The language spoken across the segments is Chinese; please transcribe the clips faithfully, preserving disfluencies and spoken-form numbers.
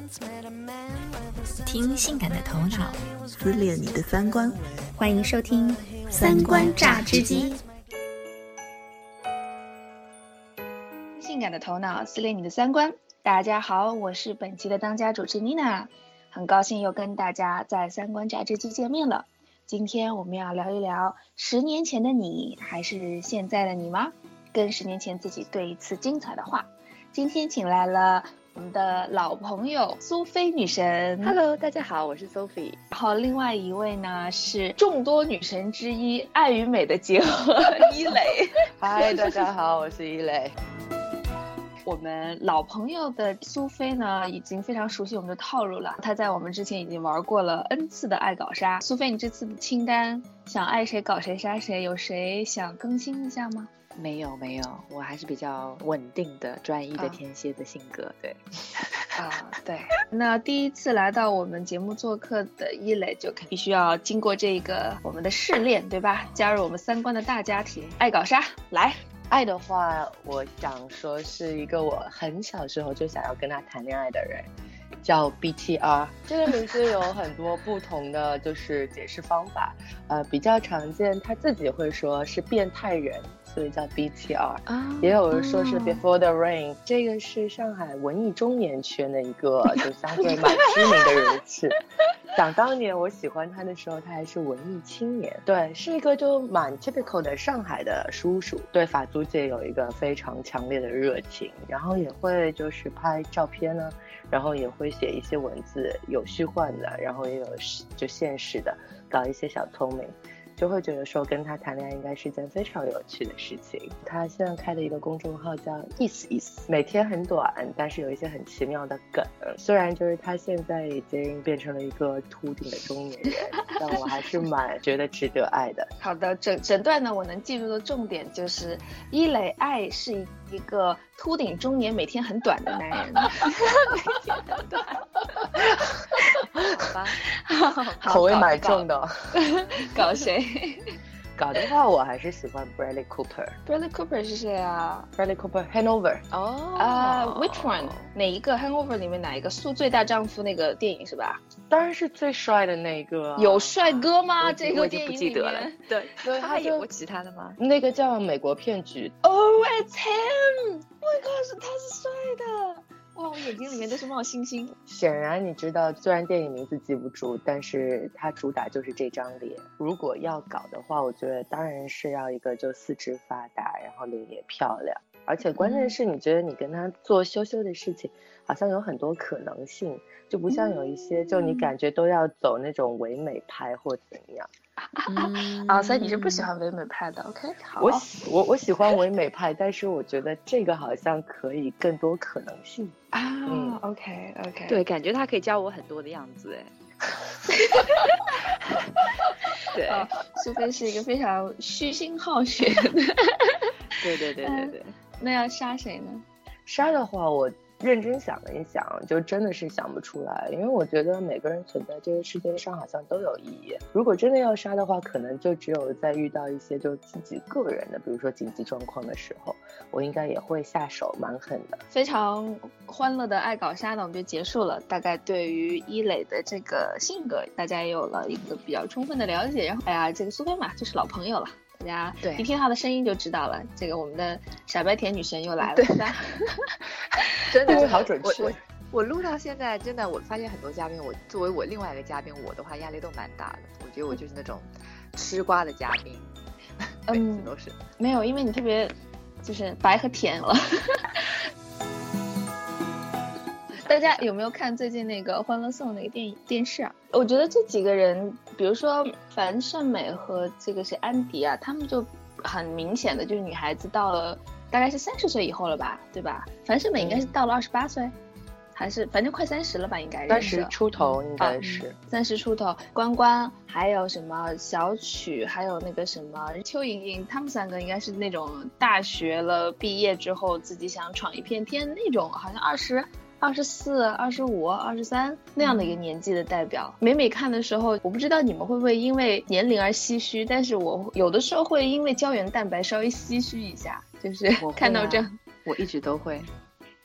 听性感的头脑， 撕裂你的三观。 欢迎收听三观榨汁机。 性感的头脑撕裂你的三观。大家好，我是本期的当家主持 Nina， 很高兴又跟大家在三观榨汁机见面了。今天我们要聊一聊十年前的你还是现在的你吗？跟十年前自己对一次精彩的话。今天请来了我们的老朋友苏菲女神。 Hello， 大家好，我是 Sophie。 然后另外一位呢是众多女神之一，爱与美的结合伊蕾。 嗨，大家好，我是伊蕾。 我们老朋友的苏菲呢已经非常熟悉我们的套路了，她在我们之前已经玩过了 N 次的爱搞杀。苏菲，你这次的清单想爱谁搞谁杀谁，有谁想更新一下吗？ 没有没有，我还是比较稳定的专一的天蝎的性格、啊、对啊对。那第一次来到我们节目做客的伊蕾就必须要经过这个我们的试炼，对吧？加入我们三观的大家庭，爱搞杀来。 爱的话，我想说是一个我很小时候就想要跟他谈恋爱的人，叫 B T R。 这个名字有很多不同的就是解释方法，呃，比较常见他自己会说是变态人，所以叫 B T R、啊、也有人说是 Before the Rain、啊、这个是上海文艺中年圈的一个就相对蛮知名的人士。想当年我喜欢他的时候他还是文艺青年，对，是一个就蛮 typical 的上海的叔叔，对法租界有一个非常强烈的热情，然后也会就是拍照片呢，然后也会写一些文字，有虚幻的，然后也有就现实的，搞一些小聪明，就会觉得说跟他谈恋爱应该是一件非常有趣的事情。他现在开的一个公众号叫意思意思，每天很短，但是有一些很奇妙的梗。虽然就是他现在已经变成了一个秃顶的中年人，但我还是蛮觉得值得爱的。 好的，整整段呢我能记住的重点就是伊蕾爱是一个秃顶中年每天很短的男人。每天很短。 好吧，口味蛮重的、哦。 搞谁？ 搞的话我还是喜欢 Bradley Cooper。 Bradley Cooper 是谁啊？ Bradley Cooper Hangover。 哦啊 Which one？ 哪一个 Hangover 里面哪一个？宿醉大丈夫那个电影是吧？ 当然是最帅的那个、啊、 有帅哥吗？这个我电影不记得了。对对， 他还演过其他的吗？ 那个叫美国骗局。 Oh it's him！ 我靠，是他是帅的哇，我眼睛里面都是冒星星。 显然你知道，虽然电影名字记不住，但是它主打就是这张脸。如果要搞的话，我觉得当然是要一个就四肢发达，然后脸也漂亮，而且关键是你觉得你跟他做羞羞的事情好像有很多可能性，就不像有一些就你感觉都要走那种唯美派或怎样。 嗯、啊，所以你是不喜欢唯美派的 ？OK， 好。 我喜我我喜欢唯美派，但是我觉得这个好像可以更多可能性啊。嗯 ，OK OK， 对，感觉他可以教我很多的样子哎。对、哦， 苏菲是一个非常虚心好学的。 对对对对对。 那要杀谁呢？ 杀的话，我认真想了一想，就真的是想不出来，因为我觉得每个人存在这个世界上好像都有意义。如果真的要杀的话，可能就只有在遇到一些就自己个人的，比如说紧急状况的时候，我应该也会下手蛮狠的。 非常欢乐的爱搞杀呢，我们就结束了。大概对于伊蕾的这个性格，大家也有了一个比较充分的了解。然后，哎呀，这个苏菲嘛，就是老朋友了。大家一听她的声音就知道了，这个我们的傻白甜女神又来了，对吧？ 真的是好准确。 我我我录到现在，真的我发现很多嘉宾，我作为我另外一个嘉宾，我的话压力都蛮大的。我觉得我就是那种吃瓜的嘉宾，每次都是、嗯、 没有，因为你特别就是白和甜了。大家有没有看最近那个《欢乐颂》那个电影电视啊？我觉得这几个人，比如说樊胜美和这个是安迪啊，他们就很明显的就是女孩子到了大概是三十岁以后了吧，对吧？樊胜美应该是到了二十八岁、嗯，还是反正快三十了吧？应该三十出头应该是三十、嗯、出头。关关还有什么小曲，还有那个什么邱莹莹，他们三个应该是那种大学了毕业之后自己想闯一片天那种，好像二十。二十四、二十五、二十三那样的一个年纪的代表，每每看的时候，我不知道你们会不会因为年龄而唏嘘，但是我有的时候会因为胶原蛋白稍微唏嘘一下，就是看到这样， 我一直都会。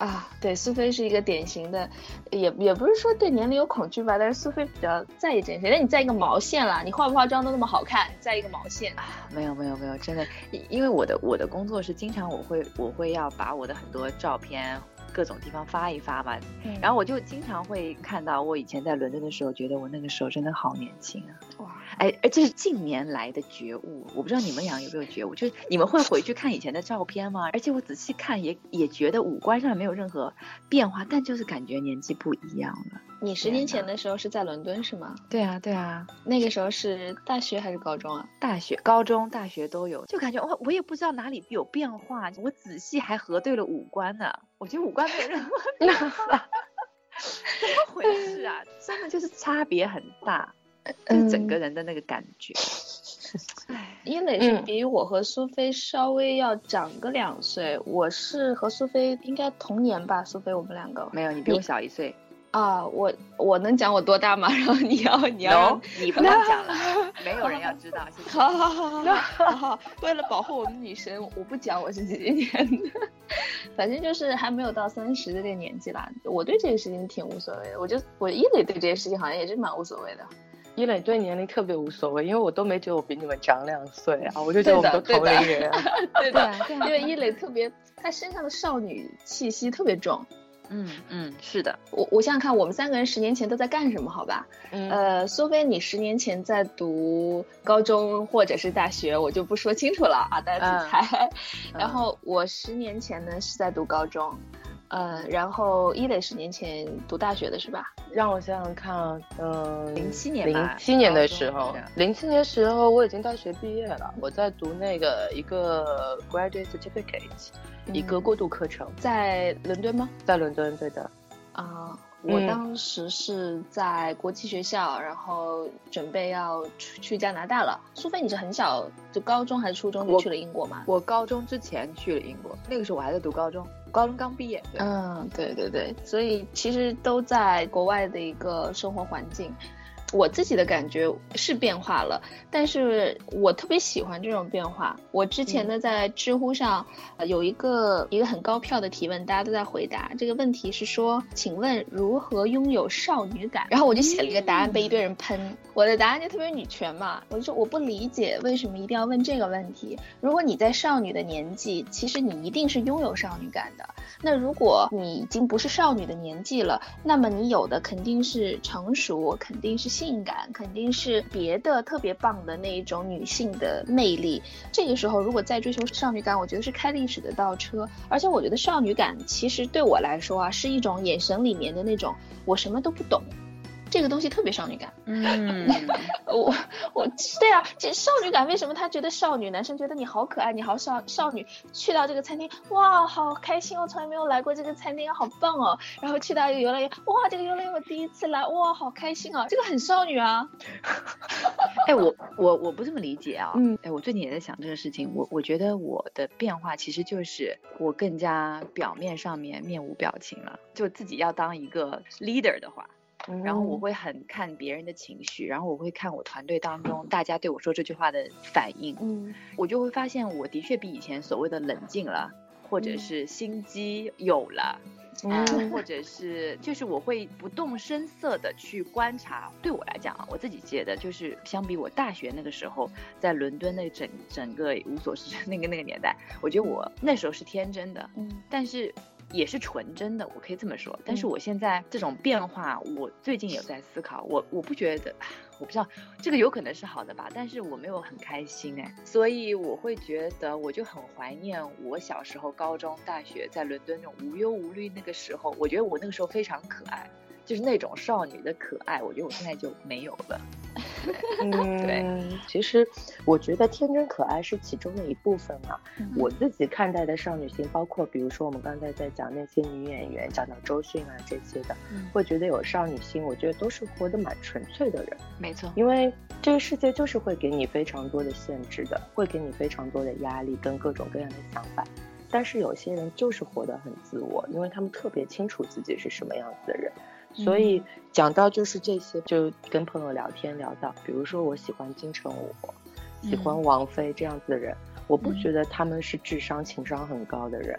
啊，对，苏菲是一个典型的，也也不是说对年龄有恐惧吧，但是苏菲比较在意这件事。那你在一个毛线啦，你化不化妆都那么好看，你在一个毛线啊？没有没有没有，真的，因为我的我的工作是经常我会我会要把我的很多照片各种地方发一发嘛，嗯、然后我就经常会看到我以前在伦敦的时候，觉得我那个时候真的好年轻啊！哇，哎，而这是近年来的觉悟，我不知道你们俩有没有觉悟，就是你们会回去看以前的照片吗？而且我仔细看也也觉得五官上没有任何变化，但就是感觉年纪不一样了。 你十年前的时候是在伦敦是吗？ 对啊对啊， 那个时候是大学还是高中啊？ 大学、高中、大学都有，就感觉哇，我也不知道哪里有变化，我仔细还核对了五官呢，我觉得五官没有任何变化，怎么回事啊？真的就是差别很大，就是整个人的那个感觉。 伊磊是比我和苏菲稍微要长个两岁，嗯、我是和苏菲应该同年吧？苏菲我们两个没有，你比我小一岁。 啊，我我能讲我多大吗？然后你要你要、 no, 你不要讲了，没有人要知道。谢谢。 好好好好好好，为了保护我们女神，我不讲我是几几年的，反正就是还没有到三十的这个年纪啦。我对这个事情挺无所谓的，我就我伊磊对这些事情好像也是蛮无所谓的。 伊磊对年龄特别无所谓，因为我都没觉得我比你们长两岁啊，我就觉得我们都同龄人啊。 对的，对的因为伊磊特别，他身上的少女气息特别重。 嗯嗯，是的， 我我想想看，我们三个人十年前都在干什么？好吧，嗯、呃，苏菲，你十年前在读高中或者是大学，我就不说清楚了啊，大家自猜。嗯、然后我十年前呢是在读高中，呃，然后伊磊十年前读大学的是吧？ 让我想想看，嗯、呃， 零七年吧， 零七年的时候，零七年时候我已经大学毕业了，我在读那个一个 graduate certificate。一个过渡课程， 在伦敦吗？ 在伦敦，对的。 啊、呃，我当时是在国际学校，嗯、然后准备要去加拿大了。苏菲，你是很小就高中还是初中就去了英国吗？ 我, 我高中之前去了英国，那个时候我还在读高中，高中刚毕业。 嗯，对对对，所以其实都在国外的一个生活环境。我自己的感觉是变化了，但是我特别喜欢这种变化。我之前呢在知乎上、呃、有一个一个很高票的提问，大家都在回答这个问题是说，请问如何拥有少女感？然后我就写了一个答案，被一堆人喷。嗯、我的答案就特别女权嘛，我就说我不理解为什么一定要问这个问题。如果你在少女的年纪，其实你一定是拥有少女感的。那如果你已经不是少女的年纪了，那么你有的肯定是成熟，肯定是性感，肯定是别的特别棒的那一种女性的魅力。这个时候如果再追求少女感，我觉得是开历史的倒车。而且我觉得少女感其实对我来说啊，是一种眼神里面的那种我什么都不懂，这个东西特别少女感。 嗯， 我我对啊，这少女感为什么他觉得少女，男生觉得你好可爱，你好少少女，去到这个餐厅，哇，好开心哦，从来没有来过这个餐厅，好棒哦。然后去到一个游乐园，哇，这个游乐园我第一次来，哇，好开心啊，这个很少女啊。 哎，我我我不这么理解啊。嗯，哎，我最近也在想这个事情，我我觉得我的变化其实就是我更加表面上面面无表情了，就自己要当一个 leader 的话。然后我会很看别人的情绪，然后我会看我团队当中大家对我说这句话的反应，嗯，我就会发现我的确比以前所谓的冷静了，或者是心机有了，嗯，呃、或者是就是我会不动声色的去观察。对我来讲啊，我自己觉得就是相比我大学那个时候在伦敦那整整个无所事事那个那个年代，我觉得我那时候是天真的，嗯，但是也是纯真的，我可以这么说。但是我现在这种变化，我最近有在思考，我我不觉得，我不知道这个有可能是好的吧，但是我没有很开心哎，所以我会觉得，我就很怀念我小时候高中大学在伦敦那种无忧无虑那个时候，我觉得我那个时候非常可爱，就是那种少女的可爱，我觉得我现在就没有了。 嗯，对，其实我觉得天真可爱是其中的一部分嘛。嗯、我自己看待的少女心，包括比如说我们刚才在讲那些女演员，讲到周迅啊这些的，嗯、会觉得有少女心，我觉得都是活得蛮纯粹的人。 没错， 因为这个世界就是会给你非常多的限制的，会给你非常多的压力跟各种各样的想法。但是有些人就是活得很自我，因为他们特别清楚自己是什么样子的人。所以讲到就是这些，就跟朋友聊天聊到，比如说我喜欢金城武，喜欢王菲这样子的人，嗯、我不觉得他们是智商情商很高的人，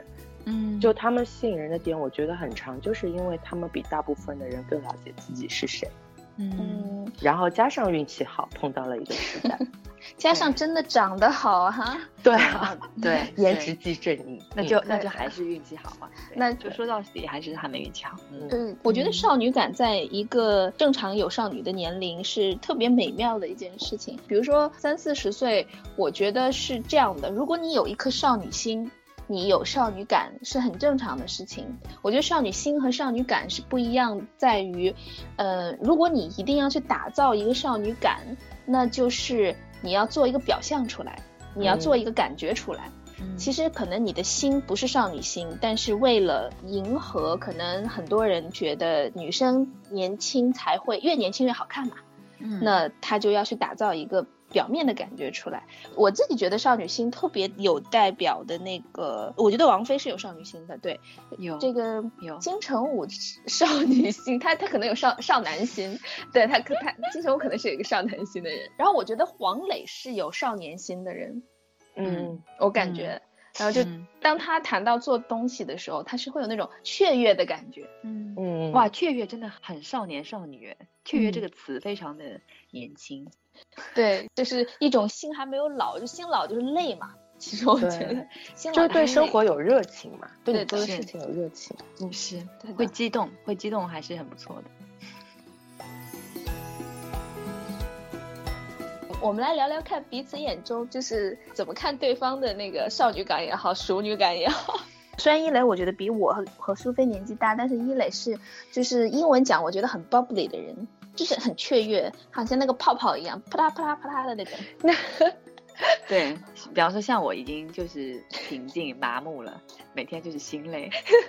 嗯，就他们吸引人的点，我觉得很长，就是因为他们比大部分的人更了解自己是谁。嗯，然后加上运气好，碰到了一个时代， 加上真的长得好啊， 对啊，对，颜值即正义， 那就那就还是运气好嘛。那就说到底还是他们运气好。 嗯，对，我觉得少女感在一个正常有少女的年龄是特别美妙的一件事情。比如说三四十岁，我觉得是这样的，如果你有一颗少女心，你有少女感是很正常的事情。我觉得少女心和少女感是不一样，在于呃，如果你一定要去打造一个少女感，那就是你要做一个表象出来，你要做一个感觉出来。嗯，其实可能你的心不是少女心，但是为了迎合可能很多人觉得女生年轻才会越年轻越好看嘛，嗯，那她就要去打造一个表面的感觉出来。我自己觉得少女心特别有代表的那个，我觉得王菲是有少女心的，对， 有这个有金城武少女心，他他可能有少少男心，对他可他金城武可能是有一个少男心的人。然后我觉得黄磊是有少年心的人，嗯，我感觉。嗯，然后就当他谈到做东西的时候，他是会有那种雀跃的感觉。 嗯嗯，哇，雀跃真的很少年少女，雀跃这个词非常的年轻。 对，就是一种心还没有老，就心老就是累嘛。其实我觉得， 就是对生活有热情嘛，对你做的事情有热情， 嗯，是会激动，会激动还是很不错的。 我们来聊聊看彼此眼中就是怎么看对方的那个少女感也好，熟女感也好。虽然伊磊我觉得比我和和苏菲年纪大，但是伊磊是就是英文讲我觉得很 bubbly 的人，就是很雀跃，好像那个泡泡一样，啪啦啪啦啪啦的那种。 对，比方说像我已经就是平静麻木了，每天就是心累。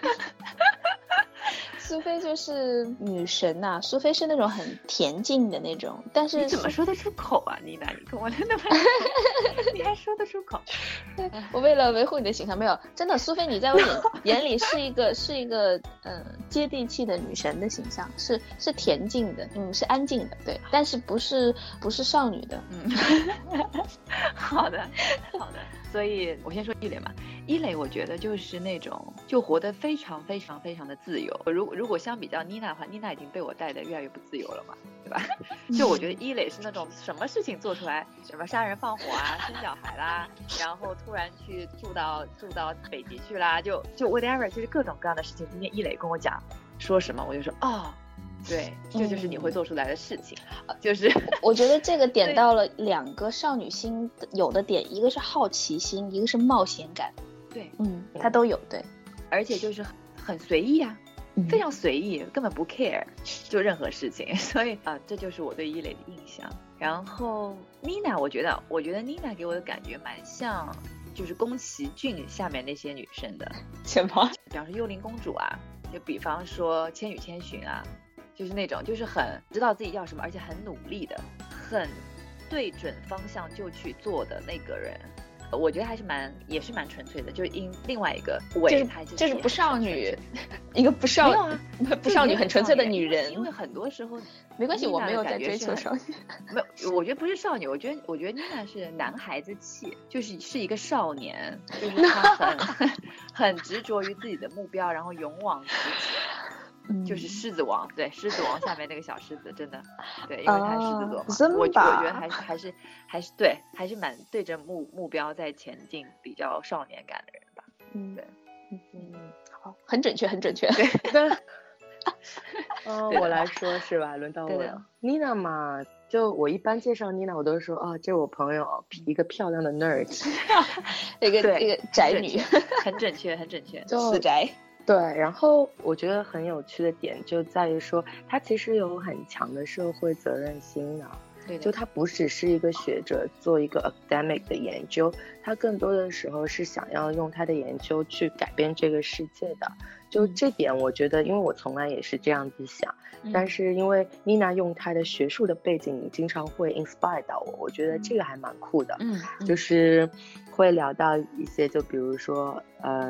苏菲就是女神呐、啊，苏菲是那种很恬静的那种，但是你怎么说得出口啊？妮娜，你跟我真的，你还说得出口？ 我为了维护你的形象，没有，真的，苏菲你在我眼眼里是一个是一个嗯接地气的女神的形象，是是恬静的，嗯，是安静的，对，但是不是不是少女的，嗯， 好的好的。所以我先说伊磊嘛，伊磊我觉得就是那种就活得非常非常非常的自由。如果如果相比较妮娜的话，妮娜已经被我带得越来越不自由了嘛，对吧？就我觉得伊磊是那种什么事情做出来，什么杀人放火啊，生小孩啦，然后突然去住到住到北极去啦，就就 whatever， 就是各种各样的事情。今天伊磊跟我讲说什么，我就说哦。对，这就是你会做出来的事情，嗯、就是我觉得这个点到了两个少女心有的点，一个是好奇心，一个是冒险感。 对， 嗯，它都有，对， 而且就是很随意啊，嗯、非常随意，根本不 care 就任何事情，所以啊、呃，这就是我对伊磊的印象。然后妮娜，我觉得，我觉得妮娜给我的感觉蛮像，就是宫崎骏下面那些女生的， 什么？ 比方说幽灵公主啊，就比方说千与千寻啊。就是那种就是很知道自己要什么，而且很努力的，很对准方向就去做的那个人，我觉得还是蛮也是蛮纯粹的。就是因另外一个伪，她就是就是不少女，一个不少啊不少女很纯粹的女人。 因为很多时候没关系，我没有在追求少女。 没有，我觉得不是少女，我觉得我觉得妮娜是男孩子气，就是是一个少年，就是他很很执着于自己的目标，然后勇往直前。就是狮子王，对，狮子王下面那个小狮子，真的，对，因为他是狮子座嘛， 哦、 我我觉得还是还是还是对，还是蛮对着目目标在前进，比较少年感的人吧。嗯，对， 嗯嗯，好，很准确，很准确。 对，哦，我来说是吧？轮到我了。妮娜嘛，就我一般介绍妮娜，我都说啊，这是我朋友，一个漂亮的 nerd， 一个一个宅女， 很准确，很准确， 死宅。 对，然后我觉得很有趣的点就在于说，他其实有很强的社会责任心的。 对的， 就他不只是一个学者做一个 academic 的研究，他更多的时候是想要用他的研究去改变这个世界的。就这点，我觉得，因为我从来也是这样子想，嗯、但是因为妮娜用她的学术的背景，经常会 inspire 到我，我觉得这个还蛮酷的。嗯，就是会聊到一些，就比如说，嗯。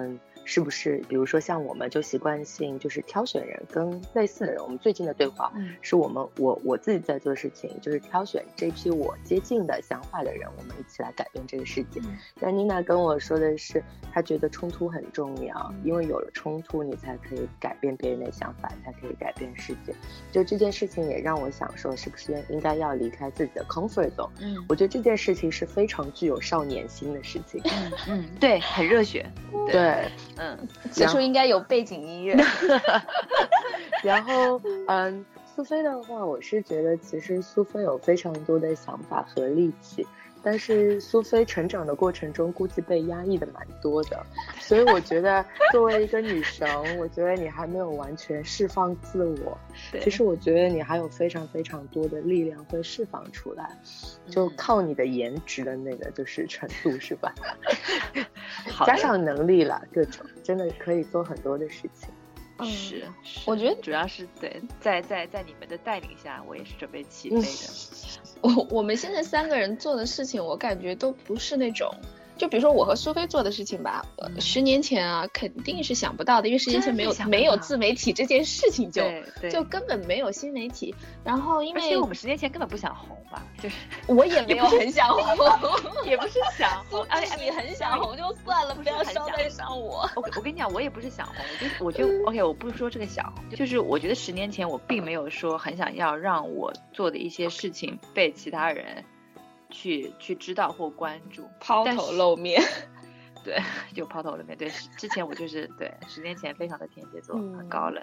是不是比如说像我们就习惯性就是挑选人跟类似的人，我们最近的对话、嗯、是我们我我自己在做的事情，就是挑选这批我接近的想法的人，我们一起来改变这个世界。但、嗯、妮娜跟我说的是她觉得冲突很重要、嗯、因为有了冲突你才可以改变别人的想法，才可以改变世界。就这件事情也让我想说是不是应该要离开自己的 comfort zone。 嗯，我觉得这件事情是非常具有少年心的事情。 嗯嗯，对，很热血。 对， 嗯，此处应该有背景音乐。 然后嗯，苏菲的话，我是觉得其实苏菲有非常多的想法和力气，但是苏菲成长的过程中估计被压抑的蛮多的，所以我觉得作为一个女神，我觉得你还没有完全释放自我。其实我觉得你还有非常非常多的力量会释放出来，就靠你的颜值的那个就是程度、嗯、是吧？加上能力了，各种真的可以做很多的事情。 嗯、是, 是， 我觉得主要是对，在在在你们的带领下，我也是准备起飞的。 嗯、我我们现在三个人做的事情，我感觉都不是那种。就比如说我和苏菲做的事情吧、嗯、十年前啊肯定是想不到的，因为十年前没有没有自媒体这件事情，就就根本没有新媒体。然后因为而且我们十年前根本不想红吧，就是我也没有很想红， 也不是想红， 哎，你很想红就算了，不要捎带上我。 我我跟你讲，我也不是想红，我就我就、嗯、OK， 我不是说这个想红，就是我觉得十年前我并没有说很想要让我做的一些事情被其他人去去知道或关注， 抛头露面。 对，就抛头露面。对，之前我就是对，十年前非常的天蝎座，嗯、很高冷。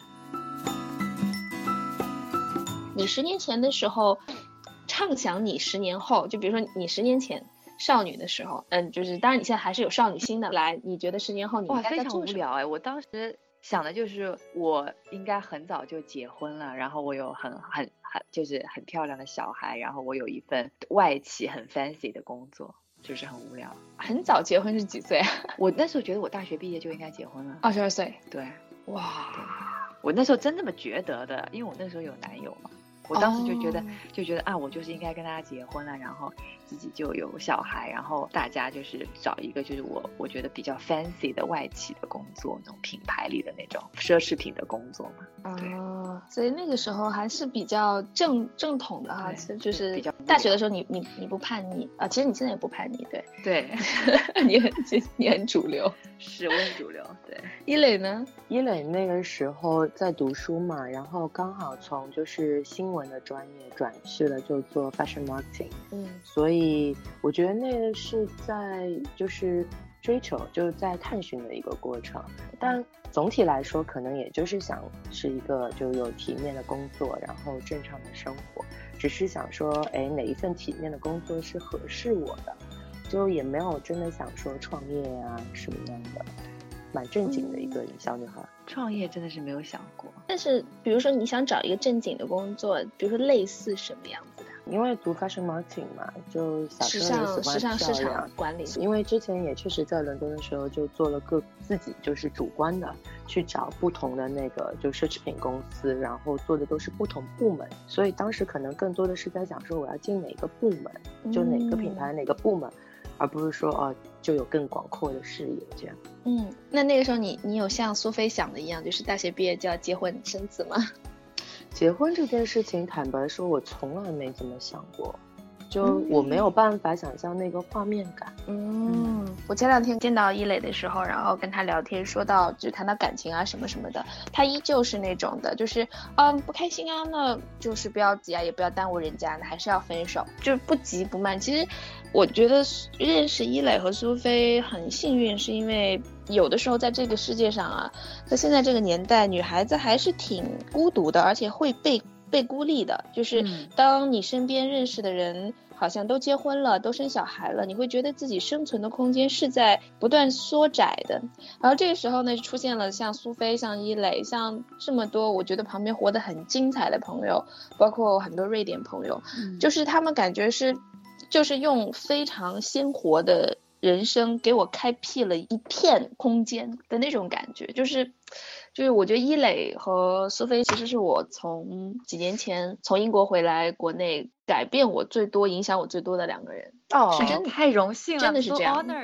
你十年前的时候，畅想你十年后，就比如说你十年前少女的时候，嗯，就是当然你现在还是有少女心的。来，你觉得十年后你应该在做什么？ 非常无聊哎！我当时想的就是我应该很早就结婚了，然后我有很很很就是很漂亮的小孩，然后我有一份外企很 fancy 的工作，就是很无聊。 很早结婚是几岁啊？ 我那时候觉得我大学毕业就应该结婚了， 二十二岁。 对， 哇对，我那时候真这么觉得的，因为我那时候有男友嘛。我当时就觉得、oh. 就觉得啊，我就是应该跟大家结婚了，然后自己就有小孩，然后大家就是找一个就是我我觉得比较 fancy 的外企的工作，那种品牌里的那种奢侈品的工作嘛。对， 哦，所以那个时候还是比较正正统的哈，就是比较大学的时候你你你不叛逆啊，其实你现在也不叛逆，对对， 你很你很主流， 是我很主流。对， 伊磊呢？ 伊磊那个时候在读书嘛，然后刚好从就是新闻的专业转去了就做 fashion marketing， 嗯，所以我觉得那个是在就是追求就是在探寻的一个过程，但总体来说可能也就是想是一个就有体面的工作，然后正常的生活，只是想说哎哪一份体面的工作是合适我的，就也没有真的想说创业啊什么样的，蛮正经的一个小女孩、嗯、 创业真的是没有想过。 但是比如说你想找一个正经的工作，比如说类似什么样子的？ 因为读 fashion marketing 嘛，就小时候也喜欢时尚市场管理， 因为之前也确实在伦敦的时候就做了个自己就是主观的去找不同的那个就奢侈品公司，然后做的都是不同部门，所以当时可能更多的是在想说我要进哪个部门，就哪个品牌、嗯、哪个部门，而不是说哦就有更广阔的视野这样。 嗯，那那个时候你你有像苏菲想的一样，就是大学毕业就要结婚生子吗？ 结婚这件事情坦白说我从来没这么想过，就我没有办法想象那个画面感。 嗯，我前两天见到伊磊的时候，然后跟他聊天，说到就谈到感情啊什么什么的，他依旧是那种的，就是嗯不开心啊，那就是不要急啊，也不要耽误人家，还是要分手，就不急不慢。其实我觉得认识伊磊和苏菲很幸运，是因为有的时候在这个世界上啊，在现在这个年代，女孩子还是挺孤独的，而且会被被孤立的，就是当你身边认识的人好像都结婚了，都生小孩了，你会觉得自己生存的空间是在不断缩窄的。然后这个时候呢，出现了像苏菲、像伊磊、像这么多我觉得旁边活得很精彩的朋友，包括很多瑞典朋友、嗯、就是他们感觉是就是用非常鲜活的人生给我开辟了一片空间的那种感觉，就是就是我觉得伊磊和苏菲其实是我从几年前从英国回来国内改变我最多影响我最多的两个人。 哦，是真的太荣幸了， 真的是这样。 So honored。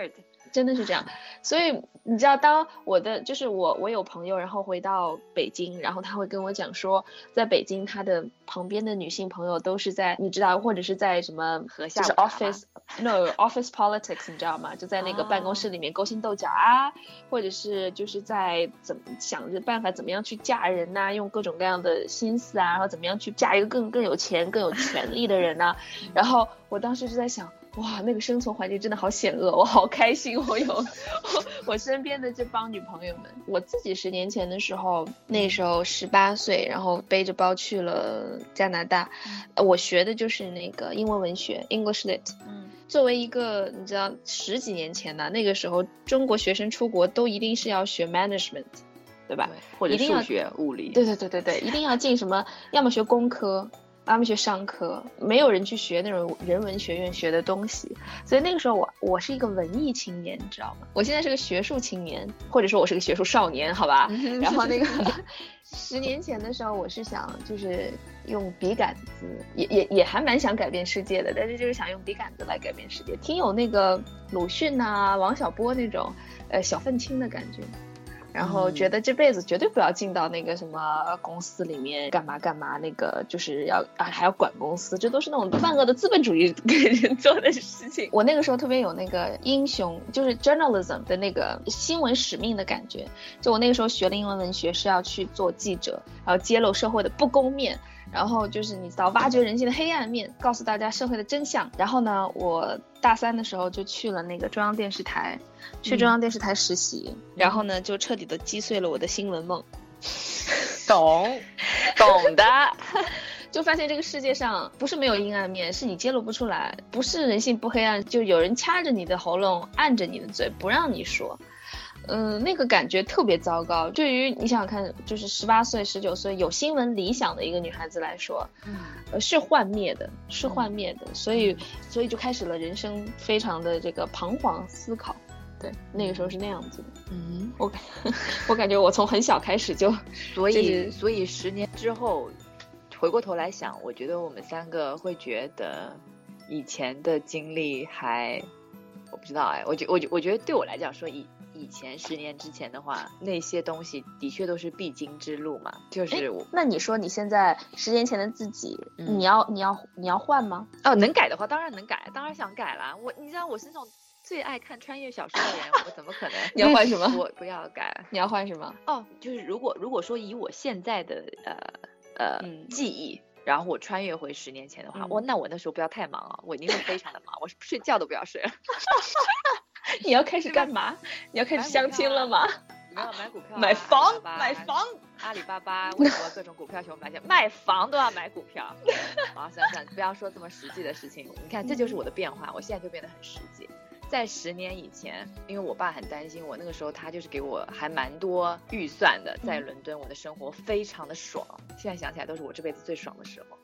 真的是这样。所以你知道，当我的就是我我有朋友然后回到北京，然后他会跟我讲说，在北京他的旁边的女性朋友都是在你知道，或者是在什么和下就是 office no office politics 你知道吗？就在那个办公室里面勾心斗角啊，或者是就是在怎么想着办法怎么样去嫁人呐、啊，用各种各样的心思啊，然后怎么样去嫁一个更更有钱更有权利的人呐、啊。然后我当时就在想，哇，那个生存环境真的好险恶，我好开心，我有我, 我身边的这帮女朋友们。我自己十年前的时候，那时候十八岁，然后背着包去了加拿大，我学的就是那个英文文学 English Lit。嗯，作为一个你知道十几年前呢，那个时候中国学生出国都一定是要学 management， 对吧？ 对，或者数学、物理。 对对对对对，一定要进什么，要么学工科。他们学商科，没有人去学那种人文学院学的东西，所以那个时候我我是一个文艺青年，你知道吗？我现在是个学术青年，或者说我是个学术少年，好吧？然后那个十年前的时候，我是想就是用笔杆子，也也也还蛮想改变世界的，但是就是想用笔杆子来改变世界，挺有那个鲁迅啊、王小波那种呃小愤青的感觉。然后觉得这辈子绝对不要进到那个什么公司里面干嘛干嘛，那个就是要啊还要管公司，这都是那种万恶的资本主义给人做的事情。我那个时候特别有那个英雄，就是 journalism 的那个新闻使命的感觉。就我那个时候学了英文文学，是要去做记者，然后揭露社会的不公面，然后就是你知道挖掘人性的黑暗面，告诉大家社会的真相。然后呢，我大三的时候就去了那个中央电视台，去中央电视台实习，嗯、然后呢就彻底的击碎了我的新闻梦。 懂，懂的。 就发现这个世界上不是没有阴暗面，是你揭露不出来，不是人性不黑暗，就有人掐着你的喉咙，按着你的嘴，不让你说。嗯，那个感觉特别糟糕。对于你想想看，就是十八岁、十九岁有新闻理想的一个女孩子来说，嗯，呃，是幻灭的，是幻灭的。所以，所以就开始了人生非常的这个彷徨思考。对，那个时候是那样子的。嗯，我我感觉我从很小开始就， 所以、就是、所以十年之后回过头来想，我觉得我们三个会觉得以前的经历还，我不知道哎，我觉我觉我觉得对我来讲说以。以前十年之前的话，那些东西的确都是必经之路嘛。就是我， 那你说你现在十年前的自己，嗯、你要你要你要换吗？ 哦，能改的话当然能改，当然想改啦。我你知道我是那种最爱看穿越小说的人，我怎么可能？ 你要换什么？ 我不要改。 你要换什么？ 哦，就是如果如果说以我现在的呃呃、嗯、记忆。然后我穿越回十年前的话，嗯、我那我那时候不要太忙啊，我一定会非常的忙，我睡觉都不要睡了。 你要开始干嘛？你要开始相亲了吗？ 没有买股票、啊， 买房，买房。 阿里巴巴为什么各种股票全部买下？卖房都要买股票。好，想想不要说这么实际的事情。你看，这就是我的变化，我现在就变得很实际。在十年以前，因为我爸很担心我，那个时候他就是给我还蛮多预算的，在伦敦我的生活非常的爽。现在想起来都是我这辈子最爽的时候。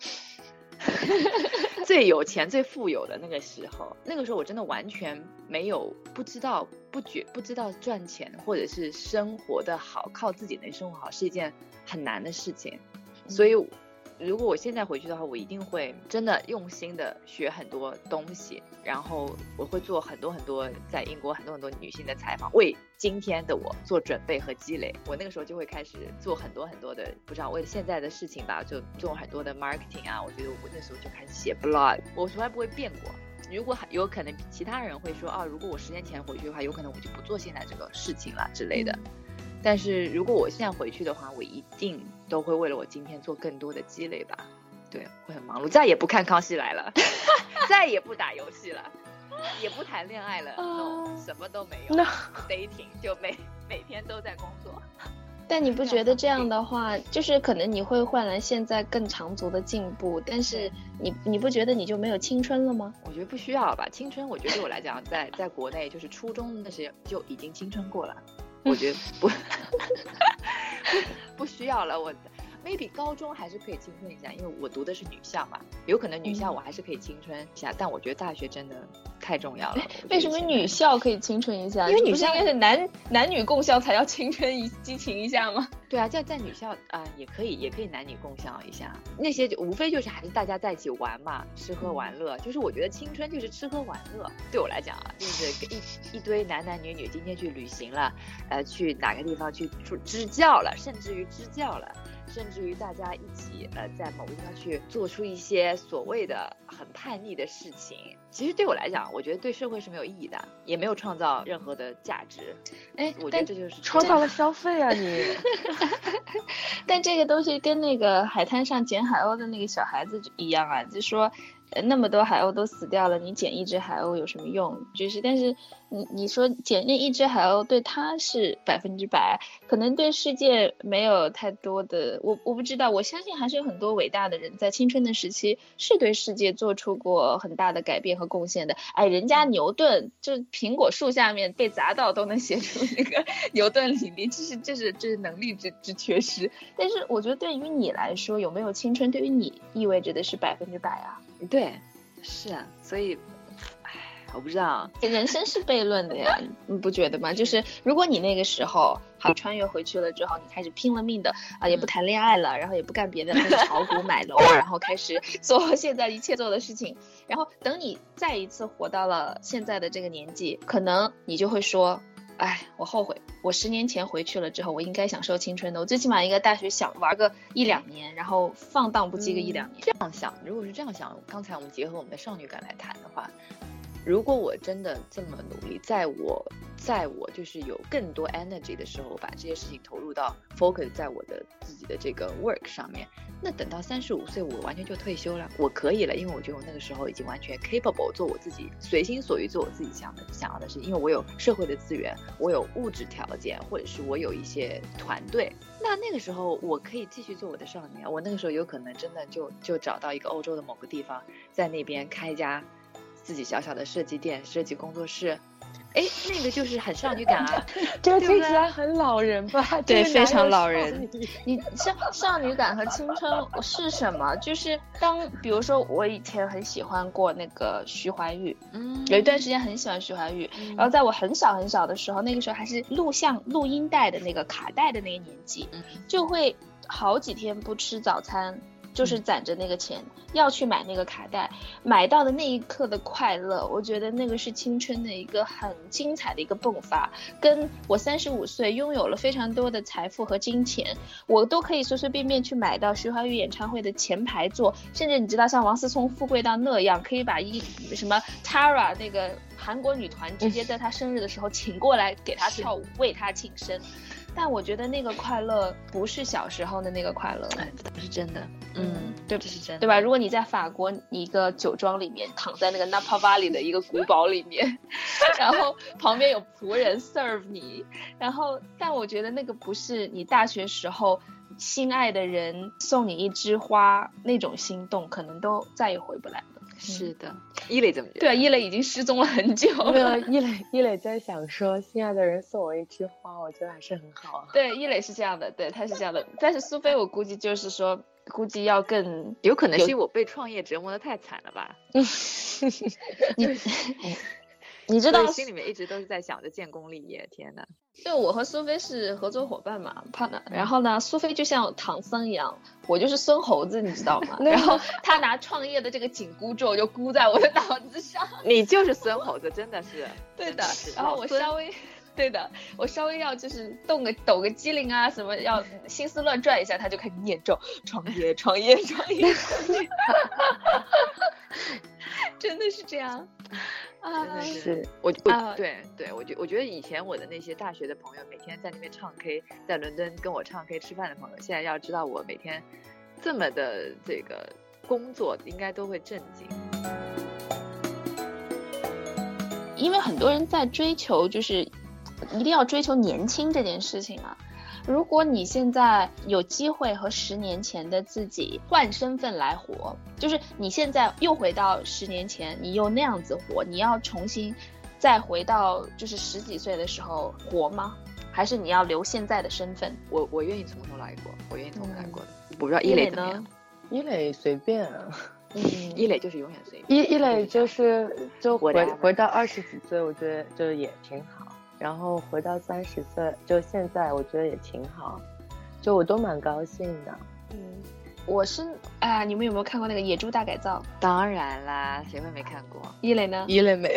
最有钱最富有的那个时候，那个时候我真的完全没有不知道不觉不知道赚钱或者是生活的好，靠自己能生活好是一件很难的事情。所以如果我现在回去的话，我一定会真的用心的学很多东西，然后我会做很多很多在英国很多很多女性的采访，为今天的我做准备和积累。我那个时候就会开始做很多很多的，不知道为了现在的事情吧，就做很多的 marketing 啊。我觉得我那时候就开始写 blog， 我从来不会变过。如果有可能其他人会说啊，如果我十年前回去的话，有可能我就不做现在这个事情了之类的。但是如果我现在回去的话，我一定都会为了我今天做更多的积累吧。对，会很忙碌，再也不看康熙来了，再也不打游戏了，也不谈恋爱了， no， 什么都没有 no. dating 就每每天都在工作。 但你不觉得这样的话，就是可能你会换来现在更长足的进步，但是你你不觉得你就没有青春了吗？ 我觉得不需要吧，青春我觉得对我来讲，在在国内就是初中那些就已经青春过了。我觉得不不需要了，我 maybe 高中还是可以青春一下，因为我读的是女校嘛，有可能女校我还是可以青春一下，嗯、但我觉得大学真的太重要了。 为什么女校可以青春一下？因为女校应该是男男女共校才要青春一激情一下吗？ 对啊，在在女校啊、呃、也可以，也可以男女共校一下。那些就无非就是还是大家在一起玩嘛，吃喝玩乐。就是我觉得青春就是吃喝玩乐。对我来讲啊，就是一一堆男男女女今天去旅行了，呃，去哪个地方去支教了，甚至于支教了。甚至于大家一起呃，在某个地方去做出一些所谓的很叛逆的事情，其实对我来讲，我觉得对社会是没有意义的，也没有创造任何的价值。 哎， 我觉得这就是创造了消费啊你。 但这个东西跟那个海滩上捡海鸥的那个小孩子一样啊，就说那么多海鸥都死掉了，你捡一只海鸥有什么用？就是，但是你你说捡那一只海鸥对他是百分之百，可能对世界没有太多的，我我不知道，我相信还是有很多伟大的人在青春的时期是对世界做出过很大的改变和贡献的。哎，人家牛顿就苹果树下面被砸到都能写出那个牛顿理论，这是这是这是能力之之缺失。但是我觉得对于你来说，有没有青春对于你意味着的是百分之百啊？ 对，是啊，所以，唉，我不知道， 人生是悖论的呀，你不觉得吗？就是如果你那个时候好穿越回去了之后，你开始拼了命的啊，也不谈恋爱了，然后也不干别的，开始炒股买楼，然后开始做现在一切做的事情，然后等你再一次活到了现在的这个年纪，可能你就会说，哎，我后悔，我十年前回去了之后，我应该享受青春的，我最起码应该大学想玩个一两年，然后放荡不羁个一两年。 嗯、这样想，如果是这样想，刚才我们结合我们的少女感来谈的话，如果我真的这么努力，在我在我就是有更多 energy 的时候，把这些事情投入到 focus 在我的自己的这个 work 上面，那等到三十五岁，我完全就退休了，我可以了，因为我觉得我那个时候已经完全 capable 做我自己随心所欲做我自己想的想要的事情，因为我有社会的资源，我有物质条件，或者是我有一些团队，那那个时候我可以继续做我的少年，我那个时候有可能真的就就找到一个欧洲的某个地方，在那边开一家自己小小的设计店、设计工作室，哎，那个就是很少女感啊。 这个听起来很老人吧？ 对，非常老人。你像少女感和青春是什么？就是当比如说我以前很喜欢过那个徐怀钰，嗯，有一段时间很喜欢徐怀钰，嗯、然后在我很小很小的时候，那个时候还是录像录音带的那个卡带的那个年纪，嗯、就会好几天不吃早餐。就是攒着那个钱、嗯、要去买那个卡带，买到的那一刻的快乐，我觉得那个是青春的一个很精彩的一个迸发。跟我三十五岁拥有了非常多的财富和金钱，我都可以随随便便去买到徐怀钰演唱会的前排座，甚至你知道像王思聪富贵到那样，可以把一什么 Tara 那个韩国女团直接在他生日的时候请过来给他跳舞，为他庆生。但我觉得那个快乐不是小时候的那个快乐， 哎，这是真的，嗯， 对， 这是真的， 对吧？如果你在法国一个酒庄里面，躺在那个 Napa Valley 的一个古堡里面，然后旁边有仆人 serve 你，然后，但我觉得那个不是你大学时候心爱的人送你一枝花那种心动，可能都再也回不来了。 是的，伊磊怎么觉得？ 对啊，伊磊已经失踪了很久了。 没有，伊磊伊磊在想说，心爱的人送我一枝花，我觉得还是很好啊。 对，伊磊是这样的，对，他是这样的。但是苏菲，我估计就是说，估计要更有可能是我被创业折磨的太惨了吧？ 你你知道， 心里面一直都是在想着建功立业。天哪！ 就我和苏菲是合作伙伴嘛 partner， 然后呢，苏菲就像唐僧一样，我就是孙猴子，你知道吗？然后他拿创业的这个紧箍咒就箍在我的脑子上。 你就是孙猴子，真的是。 对的。然后我稍微。对的，我稍微要就是动个抖个机灵啊，什么要心思乱转一下，他就开始念咒，创业创业创业创业，真的是这样啊！真的是我我、啊、对对，我觉我觉得以前我的那些大学的朋友，每天在那边唱 K， 在伦敦跟我唱 K 吃饭的朋友，现在要知道我每天这么的这个工作，应该都会震惊。 因为很多人在追求就是一定要追求年轻这件事情啊。如果你现在有机会和十年前的自己换身份来活，就是你现在又回到十年前，你又那样子活，你要重新再回到就是十几岁的时候活吗？ 还是你要留现在的身份？ 我我愿意从头来过，我愿意从头来过的。嗯、我不知道伊磊怎么样。 伊磊随便啊。 嗯，伊磊就是永远随便。伊伊磊就是就回回到二十几岁，我觉得就也挺好。然后回到三十岁，就现在我觉得也挺好，就我都蛮高兴的。 嗯，我是啊，你们有没有看过那个《野猪大改造》？ 当然啦，谁会没看过？ 伊磊呢？ 伊磊没有。